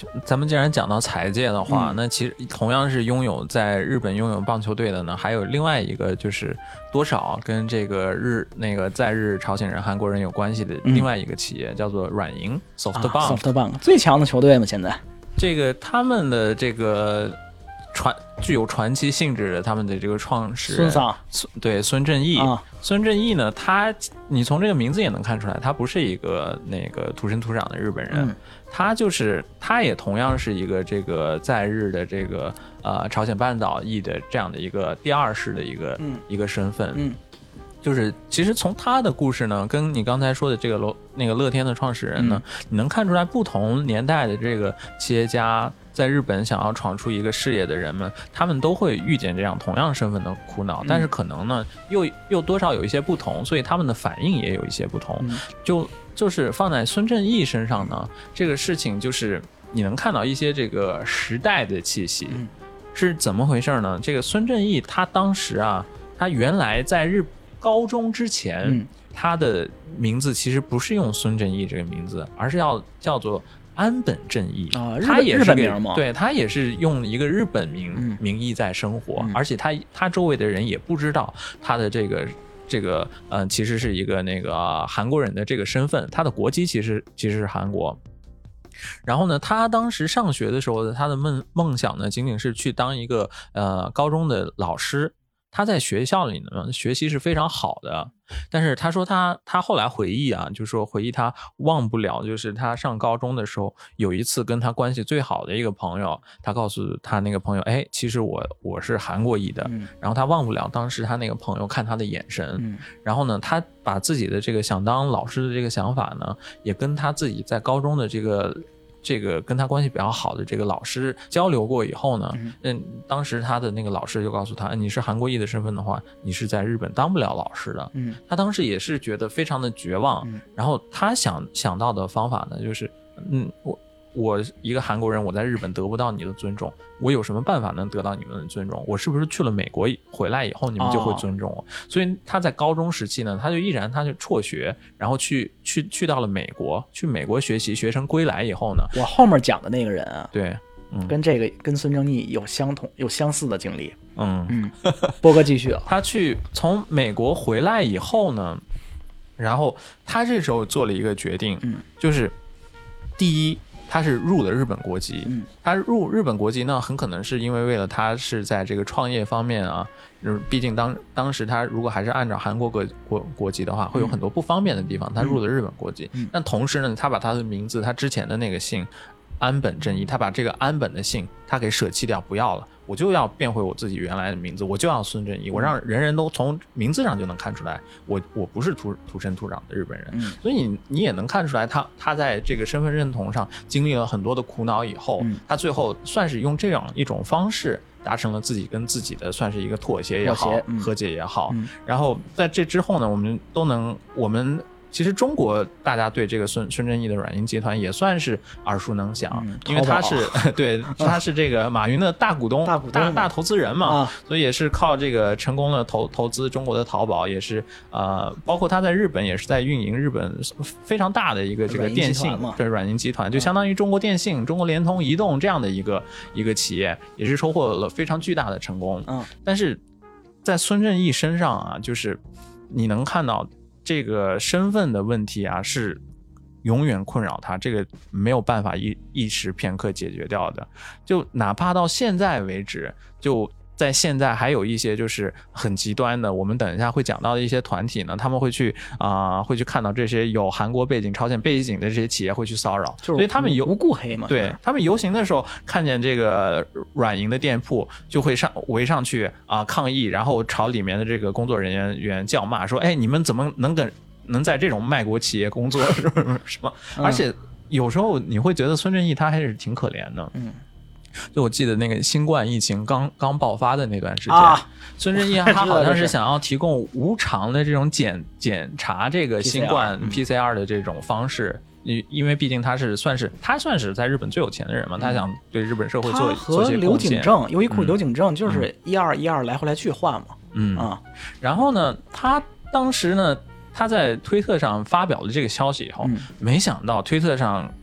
咱们既然讲到财界的话， 嗯、 那其实同样是拥有在日本拥有棒球队的呢，还有另外一个就是多少跟这个日那个在日朝鲜人、韩国人有关系的另外一个企业，嗯、叫做软银 SoftBank、 啊、SoftBank 最强的球队嘛，现在这个他们的这个传具有传奇性质的，他们的这个创始人孙桑， 对孙正义、 啊， 孙正义呢，他你从这个名字也能看出来，他不是一个那个土生土长的日本人。嗯，他就是他也同样是一个这个在日的这个呃朝鲜半岛裔的这样的一个第二世的一个、嗯、一个身份。 嗯， 就是其实从他的故事呢，跟你刚才说的这个楼那个乐天的创始人呢、嗯，你能看出来不同年代的这个企业家在日本想要闯出一个事业的人们，他们都会遇见这样同样身份的苦恼，但是可能呢又又多少有一些不同，所以他们的反应也有一些不同。 嗯、 就就是放在孙正义身上呢，这个事情就是你能看到一些这个时代的气息。 嗯、 是怎么回事呢？这个孙正义他当时啊，他原来在日高中之前、 嗯、 他的名字其实不是用孙正义这个名字，而是要叫做安本正义啊， 他也是日本名吗？ 对，他也是用一个日本名、嗯、名义在生活、 嗯， 而且他他周围的人也不知道他的这个这个呃，其实是一个那个韩国人的这个身份，他的国籍其实其实是韩国。然后呢，他当时上学的时候，他的梦梦想呢，仅仅是去当一个呃高中的老师。他在学校里呢，学习是非常好的，但是他说他他后来回忆啊，就说回忆他忘不了，就是他上高中的时候有一次跟他关系最好的一个朋友，他告诉他那个朋友，哎，其实我我是韩国裔的、 嗯， 然后他忘不了当时他那个朋友看他的眼神， 嗯， 然后呢，他把自己的这个想当老师的这个想法呢，也跟他自己在高中的这个。这个跟他关系比较好的这个老师交流过以后呢，嗯，当时他的那个老师就告诉他，你是韩国裔的身份的话，你是在日本当不了老师的。 嗯， 他当时也是觉得非常的绝望， 嗯、 然后他想想到的方法呢，就是，嗯，我我一个韩国人，我在日本得不到你的尊重，我有什么办法能得到你们的尊重？我是不是去了美国回来以后，你们就会尊重我？哦、所以他在高中时期呢，他就毅然他就辍学，然后去去去到了美国，去美国学习，学成归来以后呢， 我后面讲的那个人啊， 对，嗯， 跟这个跟孙正义有相同有相似的经历。 嗯嗯，波哥继续啊， 他去从美国回来以后呢，然后他这时候做了一个决定， 嗯， 就是第一。他是入了日本国籍， 嗯， 他入日本国籍呢，很可能是因为为了他是在这个创业方面啊，毕竟当当时他如果还是按照韩国国国国籍的话，会有很多不方便的地方，嗯、他入了日本国籍， 嗯， 但同时呢，他把他的名字，他之前的那个姓安本正义，他把这个安本的姓他给舍弃掉，不要了，我就要变回我自己原来的名字，我就要孙正义，我让人人都从名字上就能看出来，我我不是土土生土长的日本人， 嗯、 所以你你也能看出来他，他他在这个身份认同上经历了很多的苦恼以后， 嗯、 他最后算是用这样一种方式达成了自己跟自己的算是一个妥协也好， 嗯、 和解也好， 嗯， 然后在这之后呢，我们都能我们。其实中国大家对这个孙孙正义的软银集团也算是耳熟能详， 嗯、 因为他是对他是这个马云的大股东、 大股东大大投资人嘛、 啊， 所以也是靠这个成功的投投资中国的淘宝，也是呃，包括他在日本也是在运营日本非常大的一个这个电信对软银集团，就相当于中国电信、嗯、中国联通、移动这样的一个一个企业，也是收获了非常巨大的成功。 嗯， 但是在孙正义身上啊，就是你能看到。这个身份的问题啊，是永远困扰他，这个没有办法一一时片刻解决掉的。就哪怕到现在为止，就在现在还有一些就是很极端的，我们等一下会讲到的一些团体呢，他们会去啊、呃，会去看到这些有韩国背景、朝鲜背景的这些企业会去骚扰， 就是、 所以他们游无故黑嘛， 对他们游行的时候看见这个软银的店铺，就会上围上去啊、呃、抗议，然后朝里面的这个工作人员员叫骂，说：“哎，你们怎么能跟能在这种卖国企业工作？什么？”而且有时候你会觉得孙正义他还是挺可怜的， 嗯。 就我记得那个新冠疫情刚刚爆发的那段时间， 啊、 孙正义他好像是想要提供无偿的这种检检查这个新冠 P C R 的这种方式，因因为毕竟他是算是他算是在日本最有钱的人嘛，他想对日本社会做做些贡献。 和刘景正、优衣库刘景正就是一二一二来回来去换嘛， 嗯啊， 然后呢，他当时呢。他在推特上发表了这个消息以后、 嗯、 没想到推特上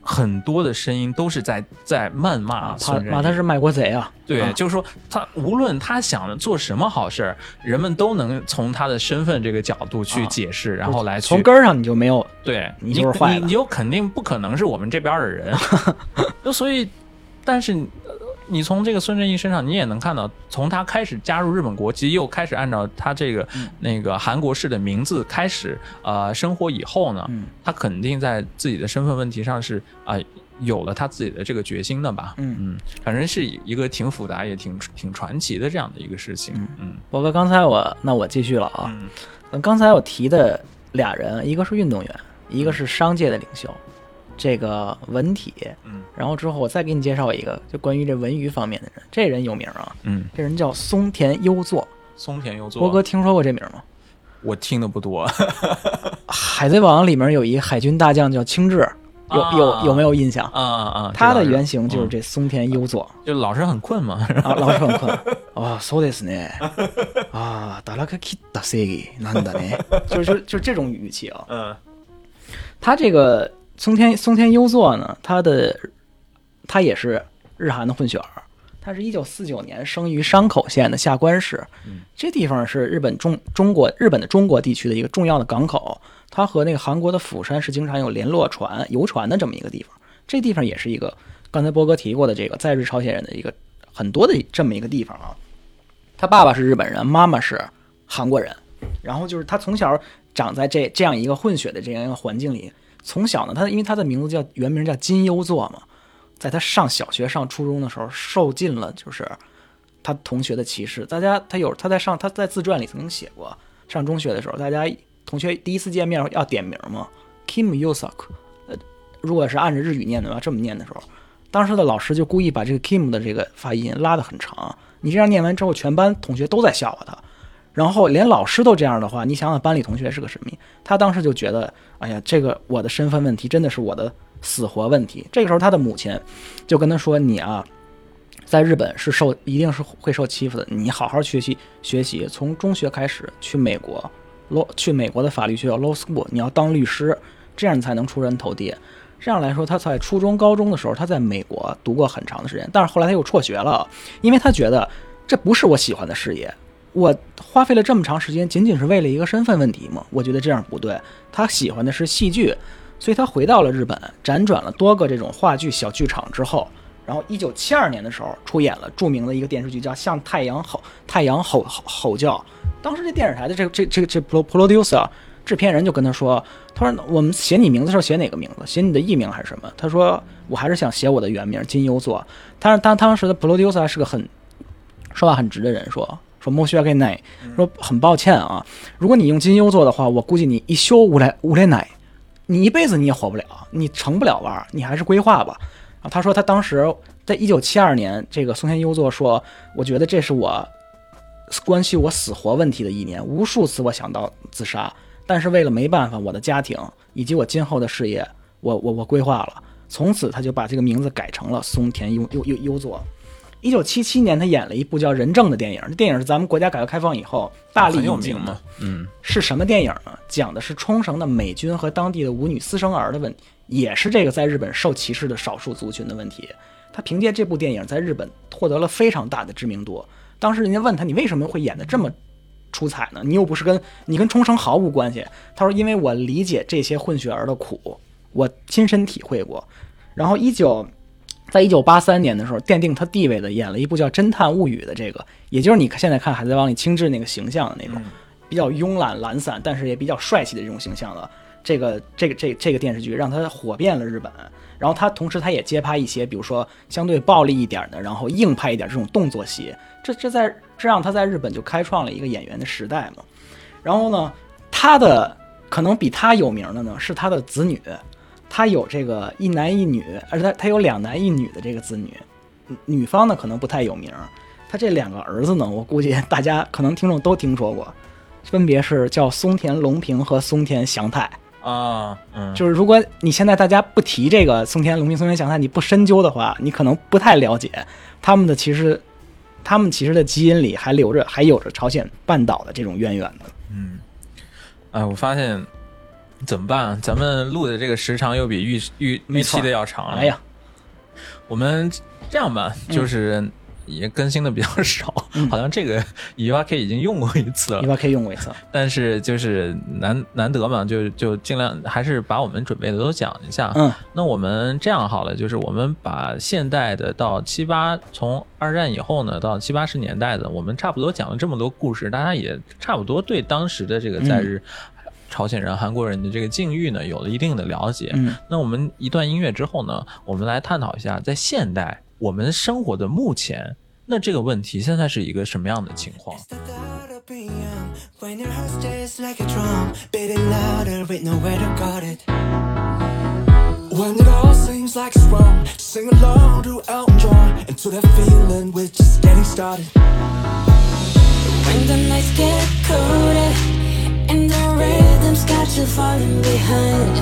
很多的声音都是在在谩骂孙正义， 骂他是卖国贼啊。 对， 啊、 就是说他无论他想做什么好事，人们都能从他的身份这个角度去解释，啊、然后来去从根儿上你就没有， 对你就是坏了， 你你就肯定不可能是我们这边的人。就所以，但是你从这个孙正义身上，你也能看到，从他开始加入日本国籍，又开始按照他这个、嗯、那个韩国式的名字开始呃生活以后呢，嗯、他肯定在自己的身份问题上是啊、呃、有了他自己的这个决心的吧。 嗯嗯，反正是一个挺复杂也挺挺传奇的这样的一个事情。嗯嗯， 博哥，刚才我那我继续了啊。嗯，刚才我提的俩人，一个是运动员，一个是商界的领袖。这个文体，嗯，然后之后我再给你介绍一个，就关于这文娱方面的人，这人有名啊， 嗯， 这人叫松田优作。 松田优作， 波哥听说过这名吗？ 我听的不多。 海贼王里面有一海军大将叫青雉，有、啊、有有没有印象？ 啊啊啊！ 他的原型就是这松田优作， 嗯、就老是很困嘛。 啊，老是很困。啊，そうですね。啊，だらけ切った正義なんだね。就是就这种语气啊。 嗯， 他这个。松田松田优作呢，他的他也是日韩的混血儿，他是一九四九年生于山口县的下关市， 嗯、 这地方是日本中中国日本的中国地区的一个重要的港口，它和那个韩国的釜山是经常有联络船游船的这么一个地方，这地方也是一个刚才波哥提过的这个在日朝鲜人的一个很多的这么一个地方啊。他爸爸是日本人，妈妈是韩国人，然后就是他从小长在这这样一个混血的这样一个环境里。从小呢，他因为他的名字叫原名叫金优作嘛，在他上小学上初中的时候，受尽了就是他同学的歧视。大家他有他在上他在自传里曾经写过，上中学的时候，大家同学第一次见面要点名嘛 ，Kim Yosak， 呃，如果是按着日语念的话，这么念的时候，当时的老师就故意把这个 Kim 的这个发音拉得很长，你这样念完之后，全班同学都在笑话他。然后连老师都这样的话，你想想班里同学是个什么？他当时就觉得，哎呀，这个我的身份问题真的是我的死活问题。这个时候他的母亲就跟他说：“你啊，在日本是受一定是会受欺负的，你好好学习学习，从中学开始去美国，去美国的法律学校 law school， 你要当律师，这样你才能出人头地。”这样来说，他在初中、高中的时候，他在美国读过很长的时间，但是后来他又辍学了，因为他觉得这不是我喜欢的事业。我花费了这么长时间，仅仅是为了一个身份问题吗？我觉得这样不对。他喜欢的是戏剧，所以他回到了日本，辗转了多个这种话剧小剧场之后，然后一九七二年的时候出演了著名的一个电视剧，叫《向太阳吼太阳吼吼吼叫》。当时这电视台的这个这这这 producer 制片人就跟他说：“他说我们写你名字的时候写哪个名字？写你的艺名还是什么？”他说：“我还是想写我的原名金优作。”但是当当时的 producer 是个很说话很直的人，说。说莫需要给奶，说很抱歉啊，如果你用金优作的话，我估计你一休无来无来奶，你一辈子你也活不了，你成不了腕，你还是规划吧。啊，他说他当时在一九七二年，这个松田优作说，我觉得这是我关系我死活问题的一年，无数次我想到自杀，但是为了没办法，我的家庭以及我今后的事业，我我我规划了，从此他就把这个名字改成了松田优优优优作。一九七七年，他演了一部叫《人证》的电影。这电影是咱们国家改革开放以后大力引进的。 嗯， 是什么电影呢？讲的是冲绳的美军和当地的舞女私生儿的问题，也是这个在日本受歧视的少数族群的问题。他凭借这部电影在日本获得了非常大的知名度。当时人家问他：“你为什么会演得这么出彩呢？你又不是跟你跟冲绳毫无关系。”他说：“因为我理解这些混血儿的苦，我亲身体会过。”然后一九。在一九八三年的时候，奠定他地位的演了一部叫《侦探物语》的这个，也就是你现在看《海贼王》里青雉那个形象的那种，比较慵懒懒散，但是也比较帅气的这种形象的这个这个这这个电视剧，让他火遍了日本。然后他同时他也接拍一些，比如说相对暴力一点的，然后硬派一点这种动作戏，这这在这让他在日本就开创了一个演员的时代嘛。然后呢，他的可能比他有名的呢是他的子女。他有这个一男一女，而且他他有两男一女的这个子女，女方呢可能不太有名。他这两个儿子呢，我估计大家可能听众都听说过，分别是叫松田龙平和松田翔太啊。嗯， 就是如果你现在大家不提这个松田龙平、松田翔太，你不深究的话，你可能不太了解他们的其实，他们其实的基因里还留着还有着朝鲜半岛的这种渊源的。 嗯，哎，我发现。 怎么办？咱们录的这个时长又比预预预期的要长了。 哎呀， 我们这样吧，就是也更新的比较少，嗯、好像这个 E V A K 已经用过一次了 ，E V A K 用过一次， 但是就是难难得嘛，就就尽量还是把我们准备的都讲一下。 嗯， 那我们这样好了，就是我们把现代的到七八，从二战以后呢到七八十年代的，我们差不多讲了这么多故事，大家也差不多对当时的这个在日。嗯朝鲜人、韩国人的这个境遇呢，有了一定的了解。 嗯， 那我们一段音乐之后呢，我们来探讨一下，在现代我们生活的目前，那这个问题现在是一个什么样的情况？When it all seems like it's wrong, sing along to Elton John and to that feeling we're just getting started. When the nights get colder and the rhythm's got you falling behind,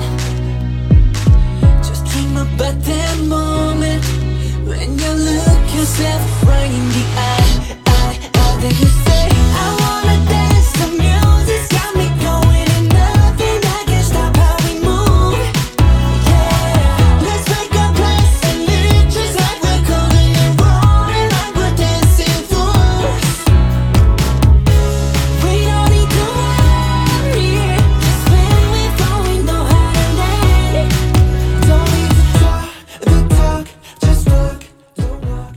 just dream about that moment when you look yourself right in the eye, eye, eye. Then you say, I wanna dance, the music's got me going and nothing I can stop how we move. Yeah, let's make a place and live just like we're cooling and rolling like we're dancing fools. We don't need to worry, just when we fall we know how to land. Don't need to talk the talk, just walk the walk.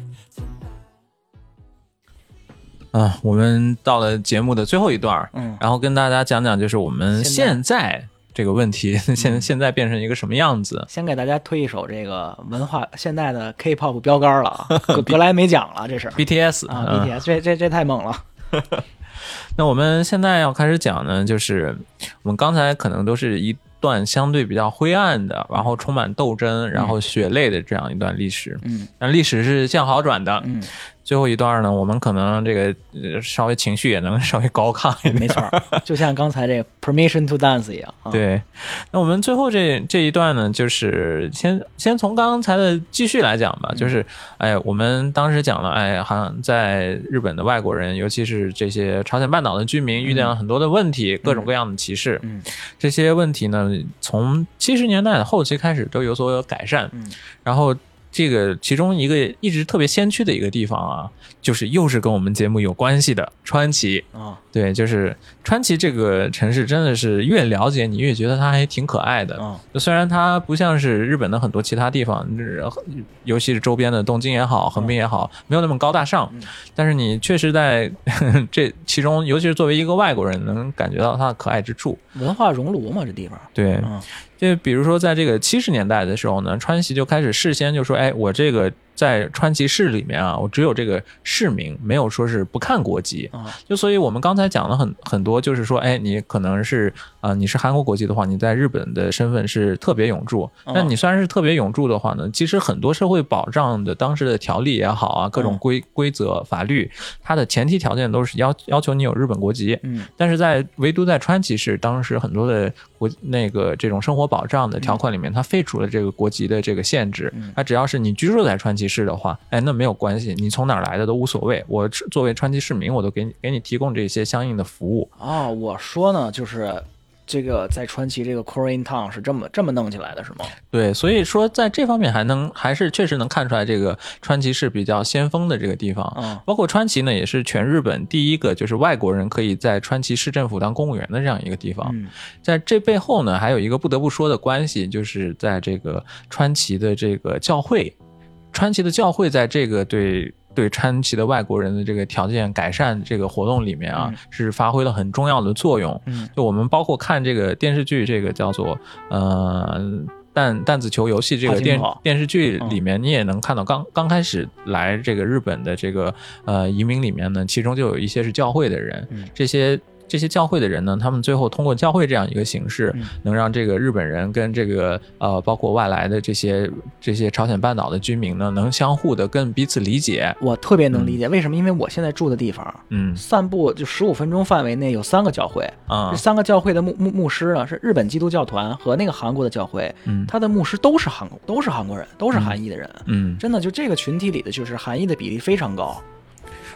啊，我们到了节目的最后一段，嗯，然后跟大家讲讲，就是我们现在这个问题，现现在变成一个什么样子。 先给大家推一首这个文化现代的 K-pop 标杆了啊，格格莱美奖了，这是 B T S 啊 ，B T S，、嗯、这这这太猛了。 那我们现在要开始讲呢，就是我们刚才可能都是一段相对比较灰暗的，然后充满斗争，然后血泪的这样一段历史。嗯，但历史是向好转的。嗯。最后一段呢，我们可能这个、呃、稍微情绪也能稍微高亢一点， 没错，就像刚才这个 Permission to Dance 一样。啊、 对，那我们最后这这一段呢，就是先先从刚才的继续来讲吧，嗯、就是哎，我们当时讲了，哎，好像在日本的外国人，尤其是这些朝鲜半岛的居民，遇见了很多的问题，嗯、各种各样的歧视。嗯，这些问题呢，从七十年代的后期开始都有所改善。嗯，然后。这个其中一个一直特别先驱的一个地方啊，就是又是跟我们节目有关系的川崎啊、哦，对，就是川崎这个城市真的是越了解你越觉得它还挺可爱的。哦、虽然它不像是日本的很多其他地方，尤其是周边的东京也好、横滨也好，没有那么高大上，嗯、但是你确实在这其中，尤其是作为一个外国人，能感觉到它的可爱之处。 文化熔炉嘛，这地方。 对。嗯，就比如说在这个七十年代的时候呢，川崎就开始事先就说，哎，我这个在川崎市里面啊，我只有这个市民，没有说是不看国籍。啊、就所以我们刚才讲了很很多，就是说，哎，你可能是啊、呃，你是韩国国籍的话，你在日本的身份是特别永驻。那你虽然是特别永驻的话呢，其实很多社会保障的当时的条例也好啊，各种规规则法律，它的前提条件都是要要求你有日本国籍。嗯，但是在唯独在川崎市，当时很多的国那个这种生活保障的条款里面，它废除了这个国籍的这个限制。它只要是你居住在川崎市的话，哎，那没有关系，你从哪儿来的都无所谓。我作为川崎市民，我都给你给你提供这些相应的服务。 哦，我说呢，就是这个在川崎这个 Korean Town 是这么这么弄起来的，是吗？ 对，所以说在这方面还能还是确实能看出来，这个川崎是比较先锋的这个地方。嗯，包括川崎呢，也是全日本第一个就是外国人可以在川崎市政府当公务员的这样一个地方。嗯，在这背后呢，还有一个不得不说的关系，就是在这个川崎的这个教会。川崎的教会在这个对对川崎的外国人的这个条件改善这个活动里面啊，嗯、是发挥了很重要的作用。嗯，就我们包括看这个电视剧，这个叫做呃弹弹子球游戏这个电电视剧里面，你也能看到刚刚开始来这个日本的这个呃移民里面呢，其中就有一些是教会的人，嗯、这些。这些教会的人呢，他们最后通过教会这样一个形式，嗯、能让这个日本人跟这个呃包括外来的这些这些朝鲜半岛的居民呢，能相互的跟彼此理解。 我特别能理解，嗯、为什么？因为我现在住的地方，嗯，散步就十五分钟范围内有三个教会啊，这三个教会的牧牧牧师呢是日本基督教团和那个韩国的教会，嗯，他的牧师都是韩国都是韩国人，都是韩裔的人，嗯，真的就这个群体里的就是韩裔的比例非常高。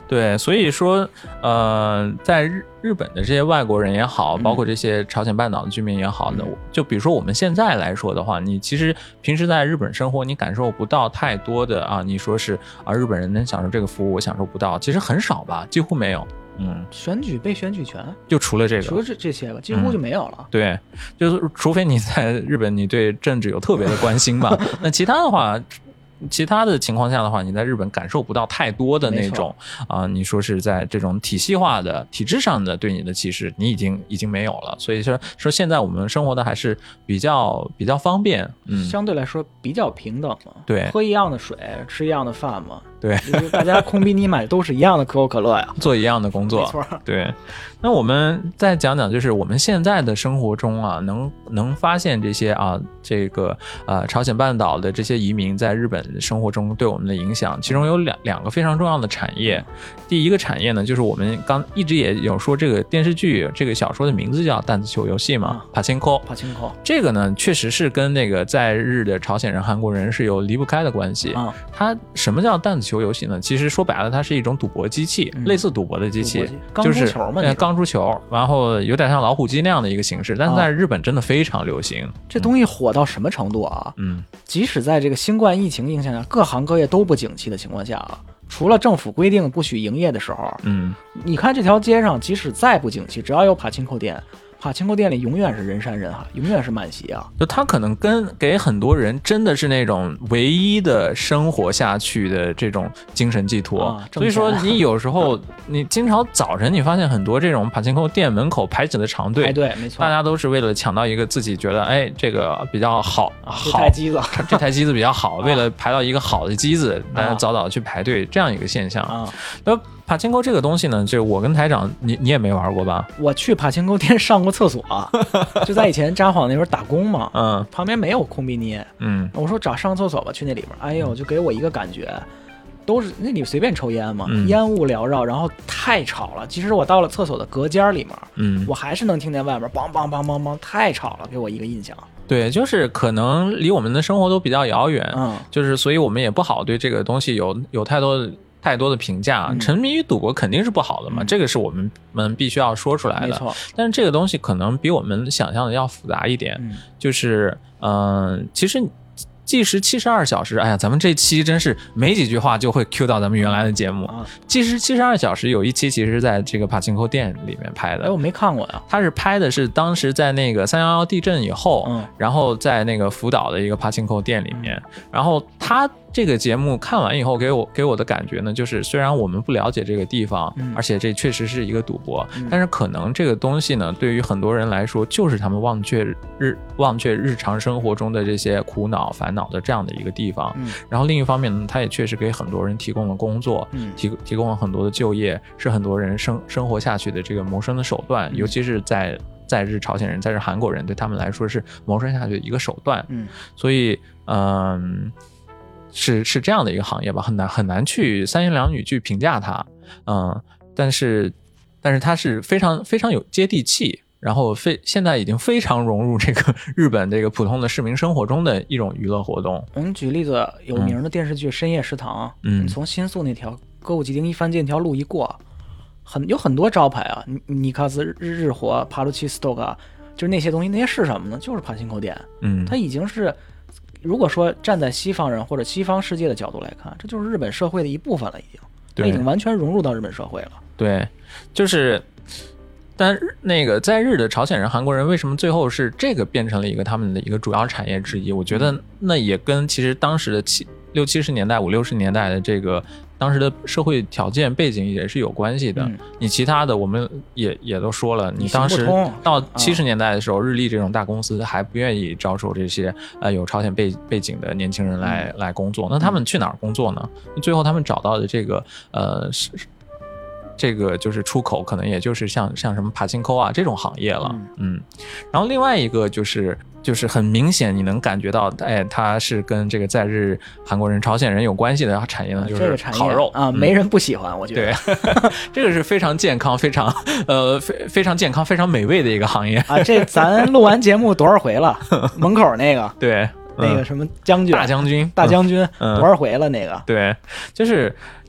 对，所以说，呃，在日日本的这些外国人也好，包括这些朝鲜半岛的居民也好呢，嗯、就比如说我们现在来说的话，你其实平时在日本生活，你感受不到太多的啊，你说是啊，日本人能享受这个服务，我享受不到，其实很少吧，几乎没有。嗯， 选举被选举权， 就除了这个， 除了这这些个，几乎就没有了。 嗯、对，就是除非你在日本，你对政治有特别的关心吧，那其他的话。其他的情况下的话，你在日本感受不到太多的那种啊、呃，你说是在这种体系化的体制上的对你的歧视，你已经已经没有了。所以说说现在我们生活的还是比较比较方便，嗯， 相对来说比较平等嘛。 对， 喝一样的水，吃一样的饭嘛。 对， 大家空比你买都是一样的可口可乐呀， 做一样的工作， 没错。 对，那我们再讲讲，就是我们现在的生活中啊，能能发现这些啊，这个呃朝鲜半岛的这些移民在日本生活中对我们的影响，其中有两两个非常重要的产业。第一个产业呢，就是我们刚一直也有说，这个电视剧、这个小说的名字叫弹子球游戏嘛，帕钦科。 帕钦科这个呢，确实是跟那个在日的朝鲜人、韩国人是有离不开的关系。 啊， 它什么叫弹子球游戏呢？其实说白了，它是一种赌博机器， 嗯、 类似赌博的机器， 钢珠球嘛， 就是钢珠球，然后有点像老虎机那样的一个形式，但是在日本真的非常流行。啊、 这东西火到什么程度啊？ 嗯， 即使在这个新冠疫情影响下，各行各业都不景气的情况下啊，除了政府规定不许营业的时候， 嗯， 你看这条街上，即使再不景气，只要有帕钦科店。帕钦科店里永远是人山人海，永远是满席啊！ 就他可能跟给很多人真的是那种唯一的生活下去的这种精神寄托。 啊、 所以说，你有时候你经常早晨你发现很多这种帕钦科店门口排起了长队， 排队没错， 大家都是为了抢到一个自己觉得哎这个比较好好这台机子， 这台机子比较好，为了排到一个好的机子，大家啊早早去排队，这样一个现象啊。 那帕钦科这个东西呢，就我跟台长，你你也没玩过吧？ 我去帕钦科店上过厕所，就在以前札幌那边打工嘛， 嗯， 旁边没有空比尼， 嗯， 我说找上厕所吧，去那里边，哎呦，就给我一个感觉，都是那里随便抽烟嘛， 嗯、 烟雾缭绕，然后太吵了。即使我到了厕所的隔间里面， 嗯， 我还是能听见外面梆梆梆梆梆，太吵了，给我一个印象。 对，就是可能离我们的生活都比较遥远， 嗯， 就是所以我们也不好对这个东西有有太多的。太多的评价，沉迷于赌博肯定是不好的嘛，嗯、这个是我们们必须要说出来的。 没错， 但是这个东西可能比我们想象的要复杂一点， 嗯、 就是嗯、呃，其实计时七十二小时，哎呀，咱们这期真是没几句话就会 cue 到咱们原来的节目。 啊、 计时七十二小时有一期其实是在这个帕钦科店里面拍的， 哎，我没看过呀。 他是拍的是当时在那个三一一地震以后， 嗯， 然后在那个福岛的一个帕钦科店里面，嗯、然后他。这个节目看完以后给我给我的感觉呢，就是虽然我们不了解这个地方， 嗯、 而且这确实是一个赌博， 嗯、 但是可能这个东西呢，对于很多人来说，就是他们忘却日忘却日常生活中的这些苦恼烦恼的这样的一个地方。 嗯、 然后另一方面呢，它也确实给很多人提供了工作， 嗯、 提提供了很多的就业，是很多人生生活下去的这个谋生的手段， 嗯、 尤其是在在日朝鲜人，在日韩国人，对他们来说是谋生下去的一个手段。 嗯， 所以嗯。是是这样的一个行业吧，很难很难去三言两语去评价它，嗯，但是但是它是非常非常有接地气，然后非现在已经非常融入这个日本这个普通的市民生活中的一种娱乐活动。 我们举例子，有名的电视剧《深夜食堂》， 嗯， 你从新宿那条歌舞伎町一番街那条路一过，很有很多招牌啊，尼卡斯日日活、帕鲁奇斯托卡，就是那些东西，那些是什么呢？就是帕钦科店， 嗯， 它已经是。如果说站在西方人或者西方世界的角度来看，这就是日本社会的一部分了，已经，它已经完全融入到日本社会了。 对，就是，但那个在日的朝鲜人、韩国人为什么最后是这个变成了一个他们的一个主要产业之一？我觉得那也跟其实当时的七六七十年代、五六十年代的这个当时的社会条件背景也是有关系的。 嗯、 你其他的我们也也都说了，你当时到七十年代的时候，啊、日立这种大公司还不愿意招收这些呃有朝鲜背背景的年轻人来、嗯、来工作，那他们去哪儿工作呢？最后他们找到的这个呃是。这个就是出口，可能也就是像像什么帕钦科啊这种行业了，嗯, 嗯，然后另外一个就是就是很明显你能感觉到，哎，它是跟这个在日韩国人、朝鲜人有关系的产业呢，就是烤肉、 这个、啊，没人不喜欢，嗯、我觉得， 对，这个是非常健康、非常呃非非常健康、非常美味的一个行业啊。这咱录完节目多少回了？门口那个， 对， 那个什么将军、 大将军、 大将军、 嗯、 多少回了？那个， 对，就是。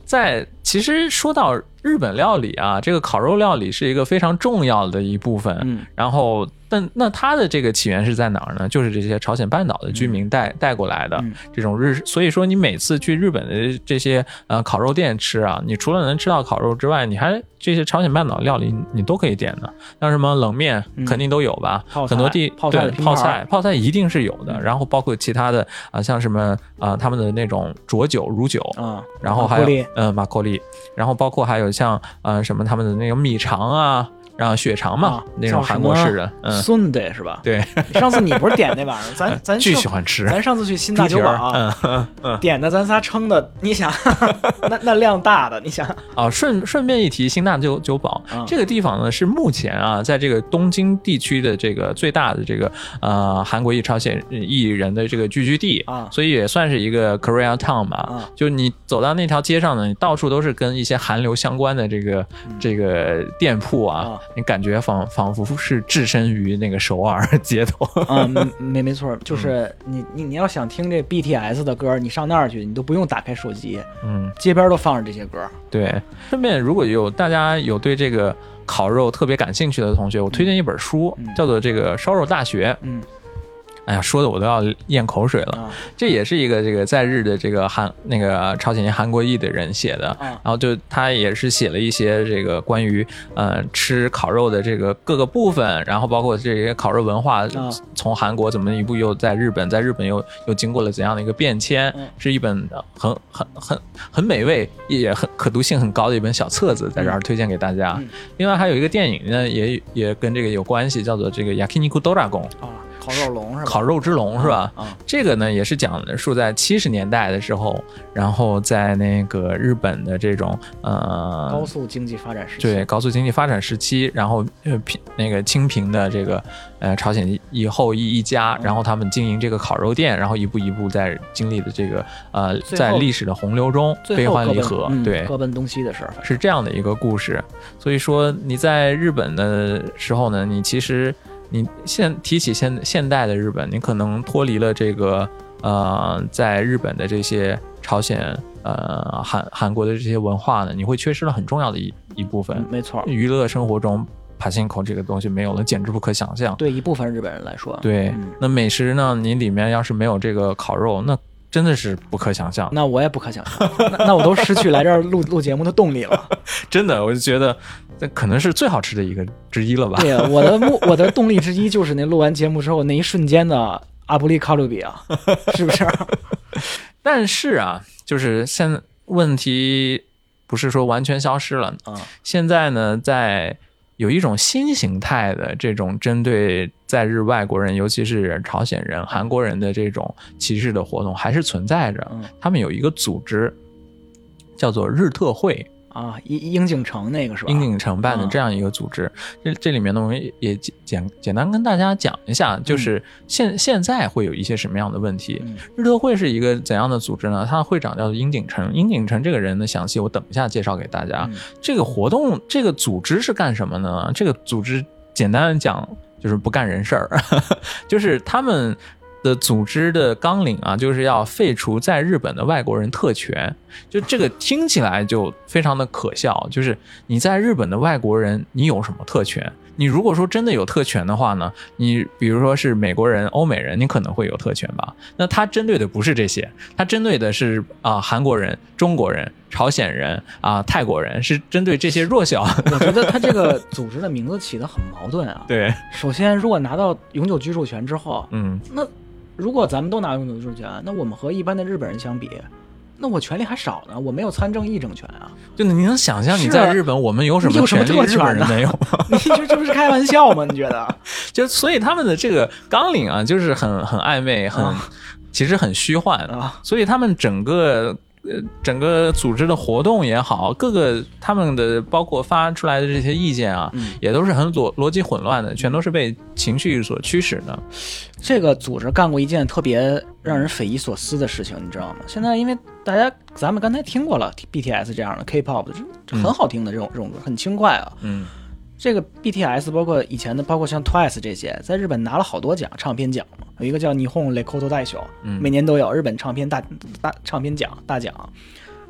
在其实说到日本料理啊，这个烤肉料理是一个非常重要的一部分。 嗯， 然后，但那它的这个起源是在哪儿呢？就是这些朝鲜半岛的居民带、嗯、带过来的这种日。所以说，你每次去日本的这些呃烤肉店吃啊，你除了能吃到烤肉之外，你还这些朝鲜半岛料理你都可以点的。像什么冷面肯定都有吧？ 嗯、 很多地泡菜对泡菜泡菜一定是有的。嗯、然后包括其他的啊、呃，像什么啊、呃，他们的那种浊酒、乳酒啊、嗯，然后还有呃马口利。然后包括还有像呃什么他们的那个米肠啊，然后血肠嘛、啊、那种韩国式的，嗯， 孙子是吧？ 对， 上次你不是点那玩意儿，咱咱巨喜欢吃。 咱上次去新大久保啊，嗯嗯、点的咱仨称的，你想那那量大的，你想啊，顺顺便一提，新大久久保、嗯、这个地方呢是目前啊在这个东京地区的这个最大的这个呃韩国裔朝鲜裔人的这个聚居地啊，所以也算是一个 Korea Town 吧。啊、就你走到那条街上呢，你到处都是跟一些韩流相关的这个、嗯、这个店铺啊。啊你感觉仿仿佛是置身于那个首尔街头啊，没没错，就是你你你要想听这 B T S 的歌，你上那儿去，你都不用打开手机，嗯，街边都放着这些歌。 对，顺便如果有大家有对这个烤肉特别感兴趣的同学，我推荐一本书，嗯、叫做《这个烧肉大学》。嗯。哎呀，说的我都要咽口水了。啊、这也是一个这个在日的这个韩那个朝鲜韩国裔的人写的，啊、然后就他也是写了一些这个关于呃吃烤肉的这个各个部分，然后包括这些烤肉文化、啊、从韩国怎么一步又在日本，在日本又又经过了怎样的一个变迁，嗯、是一本很很很很美味也很可读性很高的一本小册子，在这儿推荐给大家。嗯、另外还有一个电影呢，也也跟这个有关系，叫做这个 Yakiniku Dragon。 啊烤肉龙是吧？ 烤肉之龙是吧？ 啊啊、 这个呢也是讲的是在七十年代的时候，然后在那个日本的这种呃高速经济发展时期， 对高速经济发展时期，然后呃平那个清贫的这个呃朝鲜裔后裔一家，然后他们经营这个烤肉店，然后一步一步在经历的这个呃在历史的洪流中悲欢离合， 嗯、 对各奔东西的事儿， 是这样的一个故事。所以说你在日本的时候呢，你其实。你现提起现现代的日本，你可能脱离了这个呃，在日本的这些朝鲜呃韩韩国的这些文化呢，你会缺失了很重要的一一部分。 嗯、没错， 娱乐生活中爬行口这个东西没有了，简直不可想象。 对一部分日本人来说， 对， 嗯、 那美食呢，你里面要是没有这个烤肉，那真的是不可想象。 那我也不可想象，那, 那我都失去来这儿录录节目的动力了。 真的，我就觉得。这可能是最好吃的一个之一了吧？ 对啊，我的目我的动力之一就是那录完节目之后那一瞬间的阿布利卡路比啊，是不是？ 但是啊，就是现问题不是说完全消失了啊、嗯。现在呢，在有一种新形态的这种针对在日外国人，尤其是朝鲜人、韩国人的这种歧视的活动还是存在着。嗯、他们有一个组织叫做日特会。 啊，樱井城那个是吧？ 樱井城办的这样一个组织，嗯、这这里面呢，我们也简简单跟大家讲一下，就是现、嗯、现在会有一些什么样的问题。嗯、日特会是一个怎样的组织呢？它的会长叫做樱井城，樱井城这个人的详细我等一下介绍给大家。嗯、这个活动，这个组织是干什么呢？这个组织简单的讲就是不干人事儿，就是他们。的组织的纲领啊，就是要废除在日本的外国人特权。就这个听起来就非常的可笑，就是你在日本的外国人，你有什么特权？你如果说真的有特权的话呢，你比如说是美国人、欧美人，你可能会有特权吧？那他针对的不是这些，他针对的是啊、呃、韩国人、中国人、朝鲜人啊、呃、泰国人，是针对这些弱小。 我觉得他这个组织的名字起得很矛盾啊。 对， 首先如果拿到永久居住权之后， 嗯， 那如果咱们都拿永久居住权，那我们和一般的日本人相比，那我权利还少呢，我没有参政议政权啊。 就你能想象你在日本，我们有什么权利？日本人没有吗？ 你这这不是开玩笑吗？你觉得？ 就所以他们的这个纲领啊，就是很很暧昧，很、啊、其实很虚幻啊。所以他们整个。呃，整个组织的活动也好，各个他们的包括发出来的这些意见啊，嗯、也都是很逻逻辑混乱的，全都是被情绪所驱使的。 这个组织干过一件特别让人匪夷所思的事情，你知道吗？现在因为大家咱们刚才听过了 B T S 这样的 K-pop 很好听的这种、嗯、这种歌，很轻快啊。 嗯， 这个 B T S 包括以前的，包括像 Twice 这些，在日本拿了好多奖，唱片奖嘛，有一个叫霓虹レコード大賞，每年都有日本唱片大大唱片奖大奖。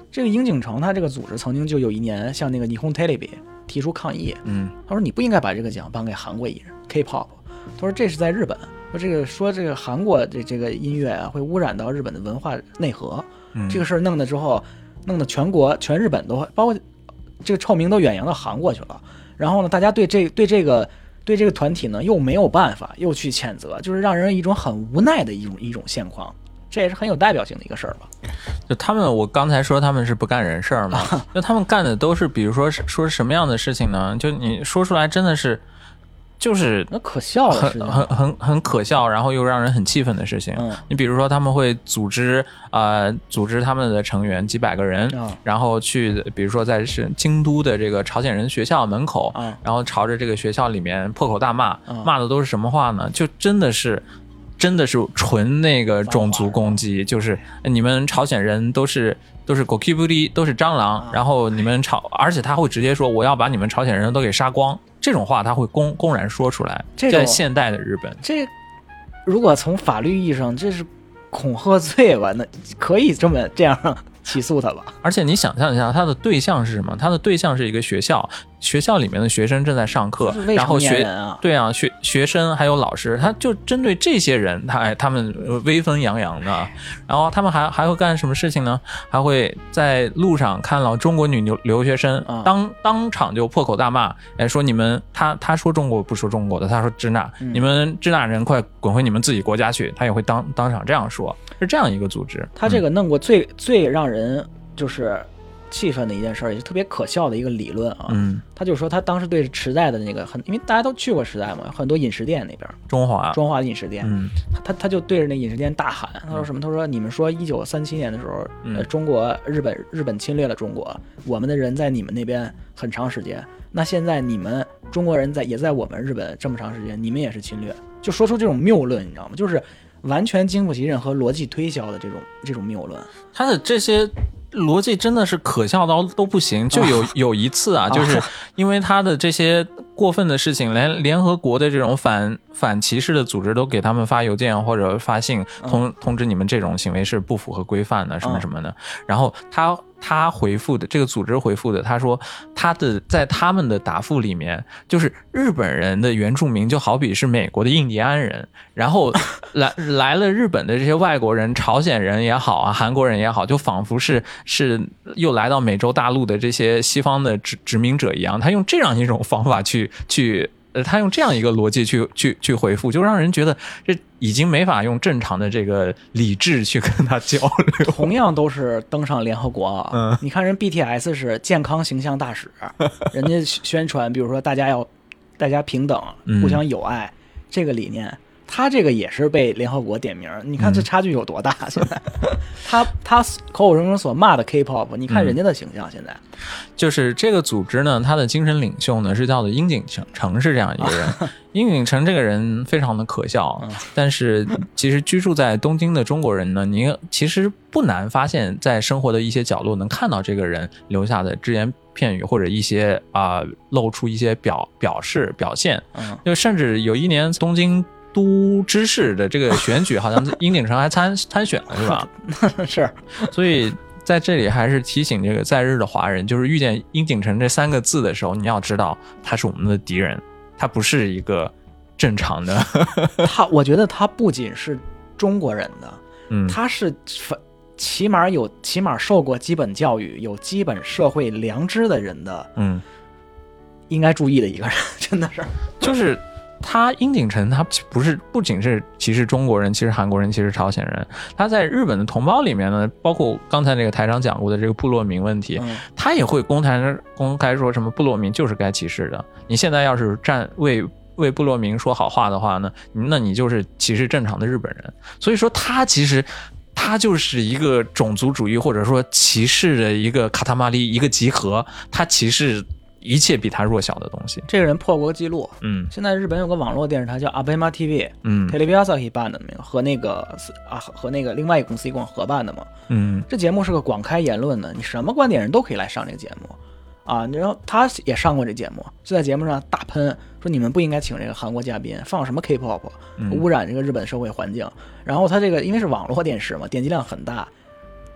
这个樱井诚他这个组织曾经就有一年向那个霓虹 Telebi 提出抗议， 嗯， 他说你不应该把这个奖颁给韩国艺人 K-pop， 他说这是在日本，说这个说这个韩国这这个音乐啊会污染到日本的文化内核， 嗯、 这个事儿弄的之后，弄得全国全日本都包括这个臭名都远扬到韩国去了。然后呢，大家对这对这个对这个团体呢又没有办法，又去谴责，就是让人一种很无奈的一种一种现况。这也是很有代表性的一个事儿吧。 就他们，我刚才说他们是不干人事儿嘛，就他们干的都是，比如说说什么样的事情呢？就你说出来真的是，就是那可笑的事情， 很很很很可笑，然后又让人很气愤的事情。 嗯、 你比如说他们会组织呃组织他们的成员几百个人， 嗯、 然后去，比如说在是京都的这个朝鲜人学校门口， 嗯、 然后朝着这个学校里面破口大骂， 嗯、 骂的都是什么话呢？就真的是。真的是纯那个种族攻击，就是你们朝鲜人都是都是狗 kiburi 都是蟑螂，然后你们朝，而且他会直接说我要把你们朝鲜人都给杀光，这种话他会公公然说出来。在现代的日本， 这如果从法律意义上这是恐吓罪吧，那可以这么这样起诉他吧。 而且你想象一下，他的对象是什么？他的对象是一个学校，学校里面的学生正在上课，然后学对啊，学学生还有老师，他就针对这些人，他他们威风洋洋的，然后他们还还会干什么事情呢？还会在路上看到中国女留留学生，当当场就破口大骂，哎，说你们他他说中国不说中国的，他说支那， 嗯、 你们支那人快滚回你们自己国家去，他也会当当场这样说，是这样一个组织。 他这个弄过最、嗯、最让人就是气愤的一件事，也是特别可笑的一个理论啊。 嗯， 他就说他当时对池袋的那个很，因为大家都去过池袋嘛，很多饮食店那边， 中华中华饮食店， 嗯， 他他就对着那饮食店大喊，他说什么？他说你们说一九三七年的时候， 嗯、 呃，中国日本日本侵略了中国，我们的人在你们那边很长时间，那现在你们中国人在也在我们日本这么长时间，你们也是侵略，就说出这种谬论，你知道吗？就是完全经不起任何逻辑推销的这种这种谬论， 他的这些。逻辑真的是可笑到都不行，就有有一次啊，就是因为他的这些过分的事情，连联合国的这种反反歧视的组织都给他们发邮件或者发信通通知你们这种行为是不符合规范的什么什么的，然后他他回复的这个组织回复的，他说他的在他们的答复里面，就是日本人的原住民就好比是美国的印第安人，然后来来了日本的这些外国人，朝鲜人也好啊，韩国人也好，就仿佛是是又来到美洲大陆的这些西方的殖殖民者一样，他用这样一种方法去去。呃，他用这样一个逻辑去去去回复，就让人觉得这已经没法用正常的这个理智去跟他交流。 同样都是登上联合国啊， 嗯， 你看人 B T S 是健康形象大使，人家宣传，比如说大家要大家平等、互相友爱、嗯、这个理念，他这个也是被联合国点名，你看这差距有多大？嗯、现在他他口口声声所骂的 K-pop， 你看人家的形象现在。嗯， 就是这个组织呢，他的精神领袖呢是叫做樱井诚，是这样一个人。樱井诚这个人非常的可笑，但是其实居住在东京的中国人呢，你其实不难发现，在生活的一些角落能看到这个人留下的只言片语，或者一些啊、呃、露出一些表表示表现。就甚至有一年东京都知事的这个选举，好像樱井诚还参参选了，是吧？ 是， 所以。在这里还是提醒这个在日的华人，就是遇见樱井诚这三个字的时候，你要知道他是我们的敌人，他不是一个正常的。 他，我觉得他不仅是中国人的， 嗯， 他是起码有起码受过基本教育、有基本社会良知的人的， 嗯， 应该注意的一个人，真的是， 就是。他樱井诚他不是不仅是歧视中国人，歧视韩国人，歧视朝鲜人，他在日本的同胞里面呢，包括刚才那个台长讲过的这个部落民问题， 嗯、 他也会公开公开说什么部落民就是该歧视的。你现在要是站为为部落民说好话的话呢，那你就是歧视正常的日本人。所以说他其实他就是一个种族主义或者说歧视的一个卡塔玛利一个集合，他歧视一切比他弱小的东西。 这个人破国纪录， 嗯， 现在日本有个网络电视台叫 Abema T V， 嗯 ，T V B Asahi 办的那个和那个啊和那个另外一个公司一共合办的嘛， 嗯， 这节目是个广开言论的，你什么观点人都可以来上这个节目啊。然后他也上过这节目，就在节目上大喷说你们不应该请这个韩国嘉宾，放什么 K-pop， 污染这个日本社会环境。嗯、然后他这个因为是网络电视嘛，点击量很大。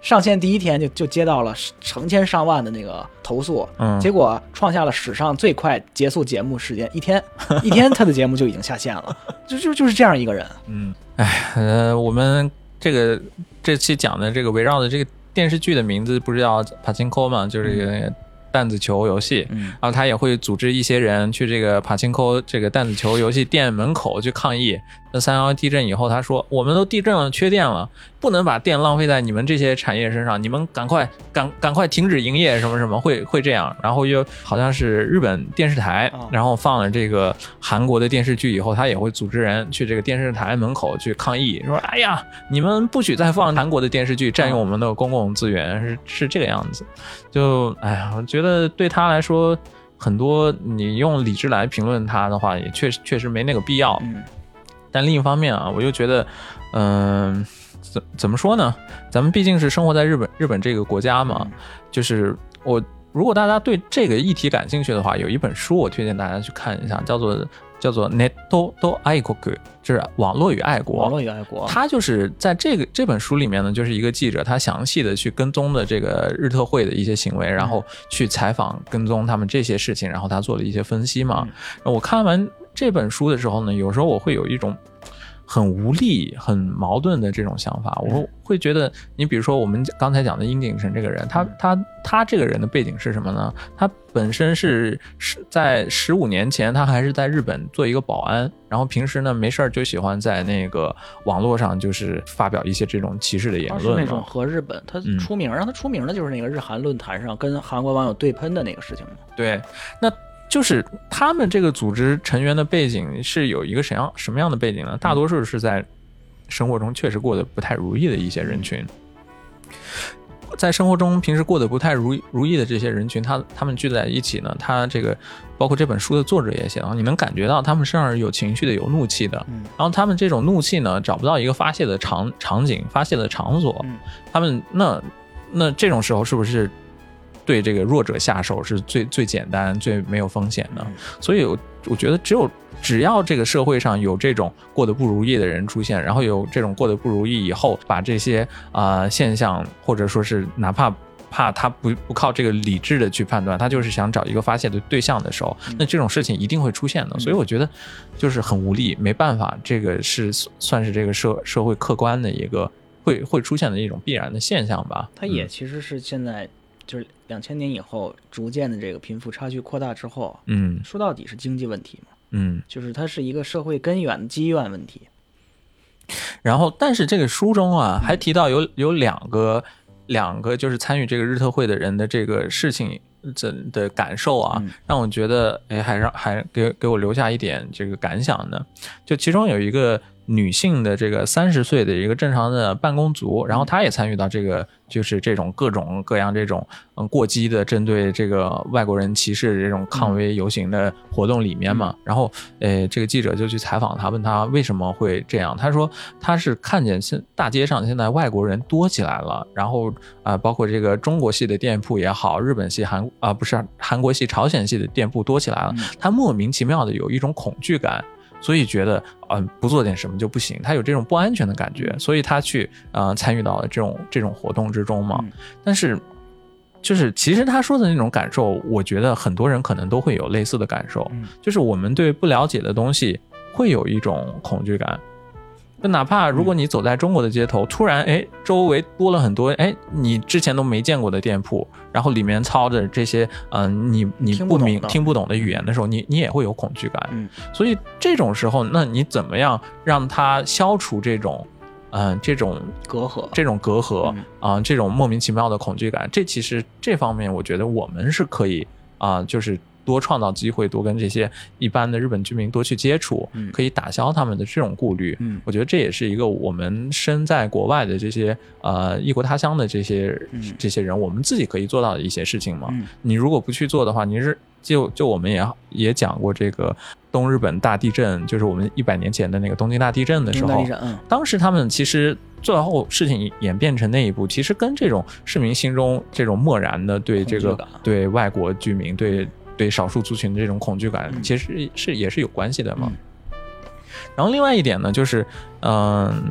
上线第一天就就接到了成千上万的那个投诉， 嗯， 结果创下了史上最快结束节目时间，一天一天他的节目就已经下线了，就就就是这样一个人。 嗯，哎，呃，我们这个这期讲的这个围绕的这个电视剧的名字不是叫帕金科嘛，就是这个弹子球游戏， 嗯， 然后他也会组织一些人去这个帕金科这个弹子球游戏店门口去抗议。那三幺地震以后，他说我们都地震了，缺电了，不能把电浪费在你们这些产业身上，你们赶快赶赶快停止营业，什么什么会会这样。然后又好像是日本电视台，然后放了这个韩国的电视剧以后，他也会组织人去这个电视台门口去抗议，说哎呀，你们不许再放韩国的电视剧，占用我们的公共资源，是是这个样子。就哎呀，我觉得对他来说，很多你用理智来评论他的话，也确实确实没那个必要。 嗯， 但另一方面啊，我又觉得，嗯、呃，怎怎么说呢？咱们毕竟是生活在日本日本这个国家嘛， 嗯、 就是我如果大家对这个议题感兴趣的话，有一本书我推荐大家去看一下，叫做叫做 Net to Aikoku， 就是网络与爱国。 网络与爱国， 他就是在这个这本书里面呢，就是一个记者，他详细的去跟踪的这个日特会的一些行为，然后去采访跟踪他们这些事情，然后他做了一些分析嘛。嗯、我看完这本书的时候呢，有时候我会有一种很无力、很矛盾的这种想法。我会觉得，你比如说我们刚才讲的樱井晨这个人，他他他这个人的背景是什么呢？他本身是是在十五年前，他还是在日本做一个保安，然后平时呢没事就喜欢在那个网络上就是发表一些这种歧视的言论。 他是那种和日本他出名，让、嗯、他出名的就是那个日韩论坛上跟韩国网友对喷的那个事情嘛。 对，那。就是他们这个组织成员的背景是有一个什么样什么样的背景呢？大多数是在生活中确实过得不太如意的一些人群，在生活中平时过得不太如意如意的这些人群，他他们聚在一起呢，他这个包括这本书的作者也写了，你能感觉到他们身上有情绪的，有怒气的，然后他们这种怒气呢，找不到一个发泄的场场景、发泄的场所，他们那那这种时候是不是？对这个弱者下手是最最简单、最没有风险的，所以我我觉得只有只要这个社会上有这种过得不如意的人出现，然后有这种过得不如意以后，把这些啊、呃、现象，或者说是哪怕怕他不不靠这个理智的去判断，他就是想找一个发泄的对象的时候，那这种事情一定会出现的。所以我觉得就是很无力，没办法，这个是算是这个社社会客观的一个会会出现的一种必然的现象吧。 它也其实是现在。就是两千年以后逐渐的这个贫富差距扩大之后， 嗯， 说到底是经济问题嘛， 嗯， 就是它是一个社会根源的积怨问题。 然后，但是这个书中啊，还提到有有两个两个就是参与这个日特会的人的这个事情的感受啊， 嗯、 让我觉得，哎，还让还给给我留下一点这个感想呢。就其中有一个女性的这个三十岁的一个正常的办公族，然后她也参与到这个就是这种各种各样这种嗯过激的针对这个外国人歧视的这种抗威游行的活动里面嘛。嗯、然后呃这个记者就去采访她，问她为什么会这样。她说她是看见现大街上现在外国人多起来了，然后啊、呃、包括这个中国系的店铺也好，日本系韩啊、呃、不是韩国系朝鲜系的店铺多起来了，她莫名其妙的有一种恐惧感。所以觉得嗯、呃、不做点什么就不行，他有这种不安全的感觉，所以他去呃参与到了这种这种活动之中嘛。嗯、但是就是其实他说的那种感受，我觉得很多人可能都会有类似的感受，嗯、就是我们对不了解的东西会有一种恐惧感。就哪怕如果你走在中国的街头，嗯、突然哎周围多了很多哎你之前都没见过的店铺，然后里面操着这些嗯、呃、你你不明听不懂的语言的时候，你你也会有恐惧感。 嗯， 所以这种时候，那你怎么样让它消除这种嗯、呃、这种隔阂这种隔阂啊、嗯呃、这种莫名其妙的恐惧感？这其实这方面我觉得我们是可以啊、呃、就是。多创造机会，多跟这些一般的日本居民多去接触， 嗯、 可以打消他们的这种顾虑。 嗯， 我觉得这也是一个我们身在国外的这些呃异国他乡的这些、嗯、这些人，我们自己可以做到的一些事情嘛。 嗯、 你如果不去做的话，你是就就我们也也讲过这个东日本大地震，就是我们一百年前的那个东京大地震的时候， 嗯、 当时他们其实最后事情演变成那一步，其实跟这种市民心中这种漠然的对这个对外国居民对。对少数族群的这种恐惧感，其实是也是有关系的嘛。嗯、然后另外一点呢，就是嗯、呃，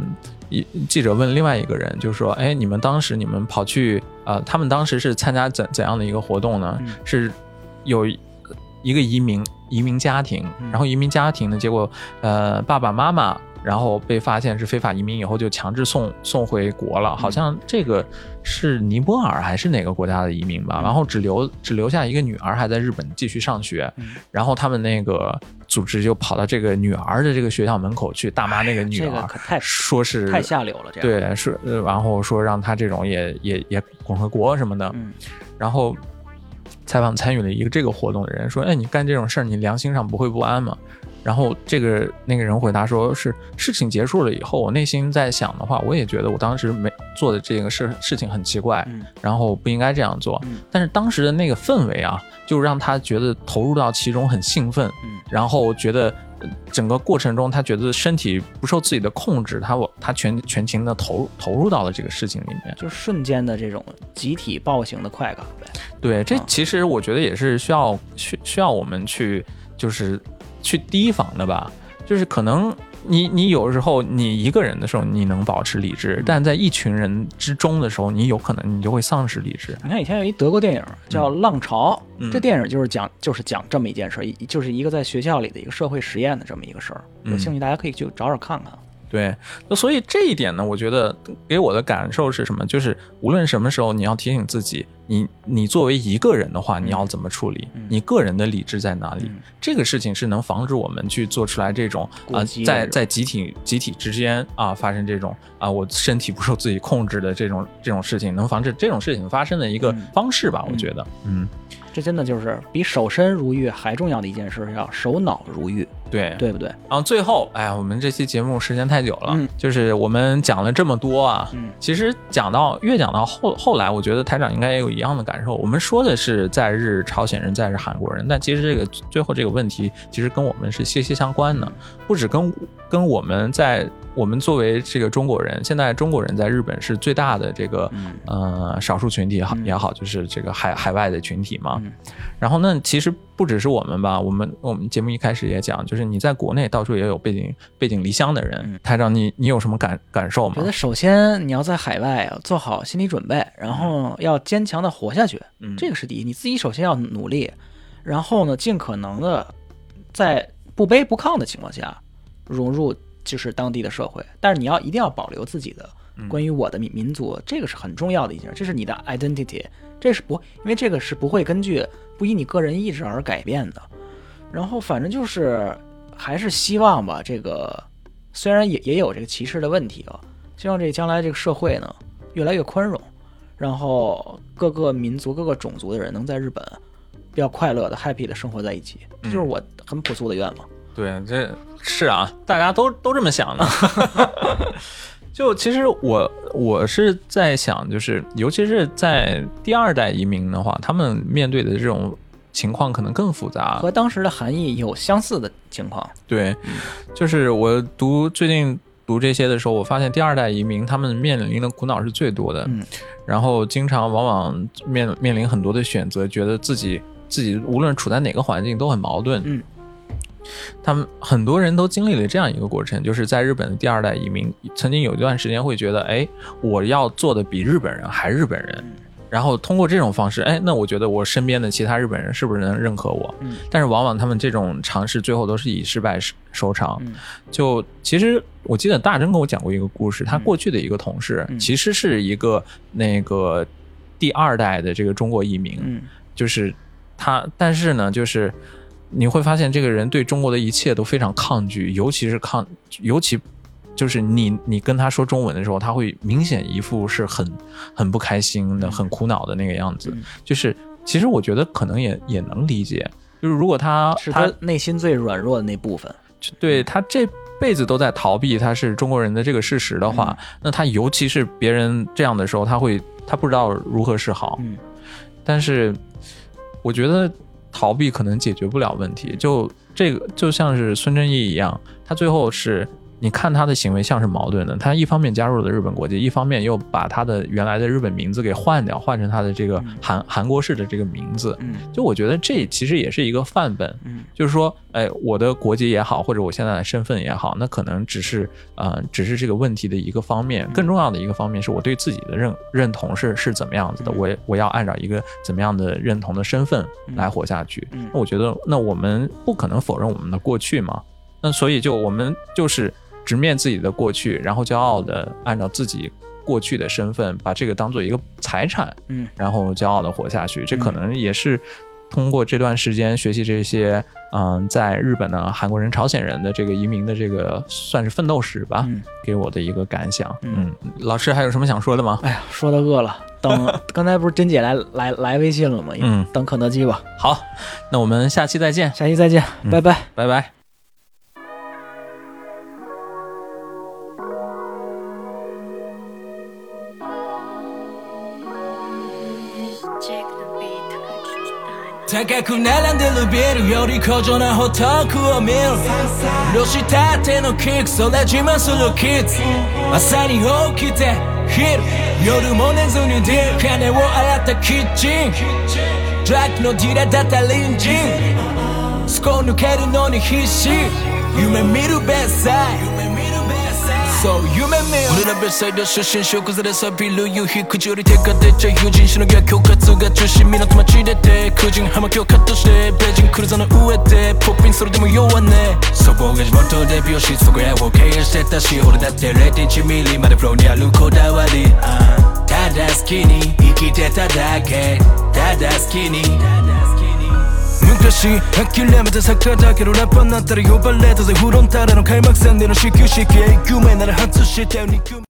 记者问另外一个人，就说：“哎，你们当时你们跑去呃，他们当时是参加怎怎样的一个活动呢？嗯、是有一个移民移民家庭，然后移民家庭呢，结果呃爸爸妈妈。”然后被发现是非法移民以后，就强制送送回国了。好像这个是尼泊尔还是哪个国家的移民吧？然后只留只留下一个女儿还在日本继续上学。然后他们那个组织就跑到这个女儿的这个学校门口去大骂那个女儿， 这个可太说是太下流了。这样对，是然后说让他这种也也也滚回国什么的。 嗯， 然后采访参与了一个这个活动的人说：“哎，你干这种事儿，你良心上不会不安吗？”然后这个那个人回答说，是事情结束了以后，我内心在想的话，我也觉得我当时没做的这个事事情很奇怪， 嗯、 然后不应该这样做、 嗯。 但是当时的那个氛围啊，就让他觉得投入到其中很兴奋， 嗯、 然后觉得整个过程中他觉得身体不受自己的控制，他他全全情的投入投入到了这个事情里面， 就瞬间的这种集体暴行的快感呗。 对，这其实我觉得也是需要需需要我们去就是去提防的吧。就是可能你你有时候你一个人的时候你能保持理智、嗯、但在一群人之中的时候你有可能你就会丧失理智。 你看以前有一德国电影叫《浪潮》、 嗯、 这电影就是讲就是讲这么一件事，就是一个在学校里的一个社会实验的这么一个事儿，有兴趣大家可以去找找看看。 对，那所以这一点呢，我觉得给我的感受是什么？就是无论什么时候，你要提醒自己，你你作为一个人的话，你要怎么处理？ 嗯、 你个人的理智在哪里？ 嗯、 这个事情是能防止我们去做出来这种啊、呃，在在集体集体之间啊发生这种啊我身体不受自己控制的这种这种事情，能防止这种事情发生的一个方式吧？ 嗯、 我觉得，嗯。 这真的就是比守身如玉还重要的一件事，叫守脑如玉， 对对不对？ 然后最后，哎呀，我们这期节目时间太久了， 嗯、 就是我们讲了这么多啊， 嗯、 其实讲到越讲到后后来，我觉得台长应该也有一样的感受。我们说的是在日朝鲜人，在日韩国人，但其实这个最后这个问题，其实跟我们是息息相关的，不止跟跟我们在。我们作为这个中国人，现在中国人在日本是最大的这个、 嗯、 呃少数群体也好，就是这个海海外的群体嘛。 嗯、 然后呢，其实不只是我们吧，我们我们节目一开始也讲，就是你在国内到处也有背井背井离乡的人。 嗯、 台长，你你有什么感感受吗？ 我觉得首先你要在海外啊做好心理准备，然后要坚强的活下去， 嗯、 这个是第一。你自己首先要努力，然后呢，尽可能的在不卑不亢的情况下融入。就是当地的社会，但是你要一定要保留自己的关于我的民民族、嗯，这个是很重要的一件，这是你的 identity， 这是不，因为这个是不会根据不以你个人意志而改变的。然后反正就是还是希望吧，这个虽然也也有这个歧视的问题啊，希望这将来这个社会呢越来越宽容，然后各个民族、各个种族的人能在日本比较快乐的 happy 的生活在一起，这就是我很朴素的愿望。 对，这是啊，大家都都这么想的。就其实我我是在想，就是尤其是在第二代移民的话，他们面对的这种情况可能更复杂， 和当时的含义有相似的情况。 对，就是我读最近读这些的时候，我发现第二代移民他们面临的苦恼是最多的， 嗯， 然后经常往往面面临很多的选择，觉得自己自己无论处在哪个环境都很矛盾， 嗯。 他们很多人都经历了这样一个过程，就是在日本的第二代移民曾经有一段时间会觉得，哎，我要做的比日本人还日本人，然后通过这种方式，哎，那我觉得我身边的其他日本人是不是能认可我？ 嗯， 但是往往他们这种尝试最后都是以失败收场。 嗯， 就其实我记得大真跟我讲过一个故事，他过去的一个同事、 嗯、 其实是一个那个第二代的这个中国移民， 嗯， 就是他，但是呢，就是你会发现这个人对中国的一切都非常抗拒，尤其是抗，尤其就是你你跟他说中文的时候，他会明显一副是很很不开心的、很苦恼的那个样子。 嗯、 就是其实我觉得可能也也能理解，就是如果他是他内心最软弱的那部分， 对他这辈子都在逃避他是中国人的这个事实的话， 嗯、 那他尤其是别人这样的时候，他会他不知道如何是好。 嗯， 但是我觉得逃避可能解决不了问题，就这个就像是孙正义一样，他最后是你看他的行为像是矛盾的，他一方面加入了日本国籍，一方面又把他的原来的日本名字给换掉，换成他的这个韩韩国式的这个名字。就我觉得这其实也是一个范本，就是说，哎，我的国籍也好，或者我现在的身份也好，那可能只是呃，只是这个问题的一个方面，更重要的一个方面是我对自己的认认同是是怎么样子的，我我要按照一个怎么样的认同的身份来活下去。那我觉得，那我们不可能否认我们的过去嘛，那所以就我们就是直面自己的过去，然后骄傲的按照自己过去的身份，把这个当做一个财产，嗯，然后骄傲的活下去。这可能也是通过这段时间学习这些，嗯，在日本的韩国人、朝鲜人的这个移民的这个算是奋斗史吧，嗯、给我的一个感想。嗯，老师还有什么想说的吗？ 哎呀，说的饿了。等刚才不是甄姐来来来微信了吗？嗯，等肯德基吧。 好，那我们下期再见。 下期再见，嗯、拜拜， 拜拜。 高く並んでるビルより高尚なホトクを見るロシたてのキックそれ自慢するキッズ朝に起きて昼夜も寝ずにディル金を洗ったキッチンドラッグのディラーだった隣人スコ抜けるのに必死夢見るベッサイそう夢見る俺らベッサイド出身小崩れさビル夕日口より手が出ちゃ友人しのぎは恐喝が中心港町出て空人葉巻をカットしてベージンクルーザーの上でポッピンそれでも弱ね祖母が地元で美容室そこやを経営してたし俺だって れいてんいちミリまでフローにあるこだわりただ好きに生きてただけただ好きに昔諦めた作家だけどラッパーになったら呼ばれたぜフロンターレの開幕戦での始球式有名なら外してよ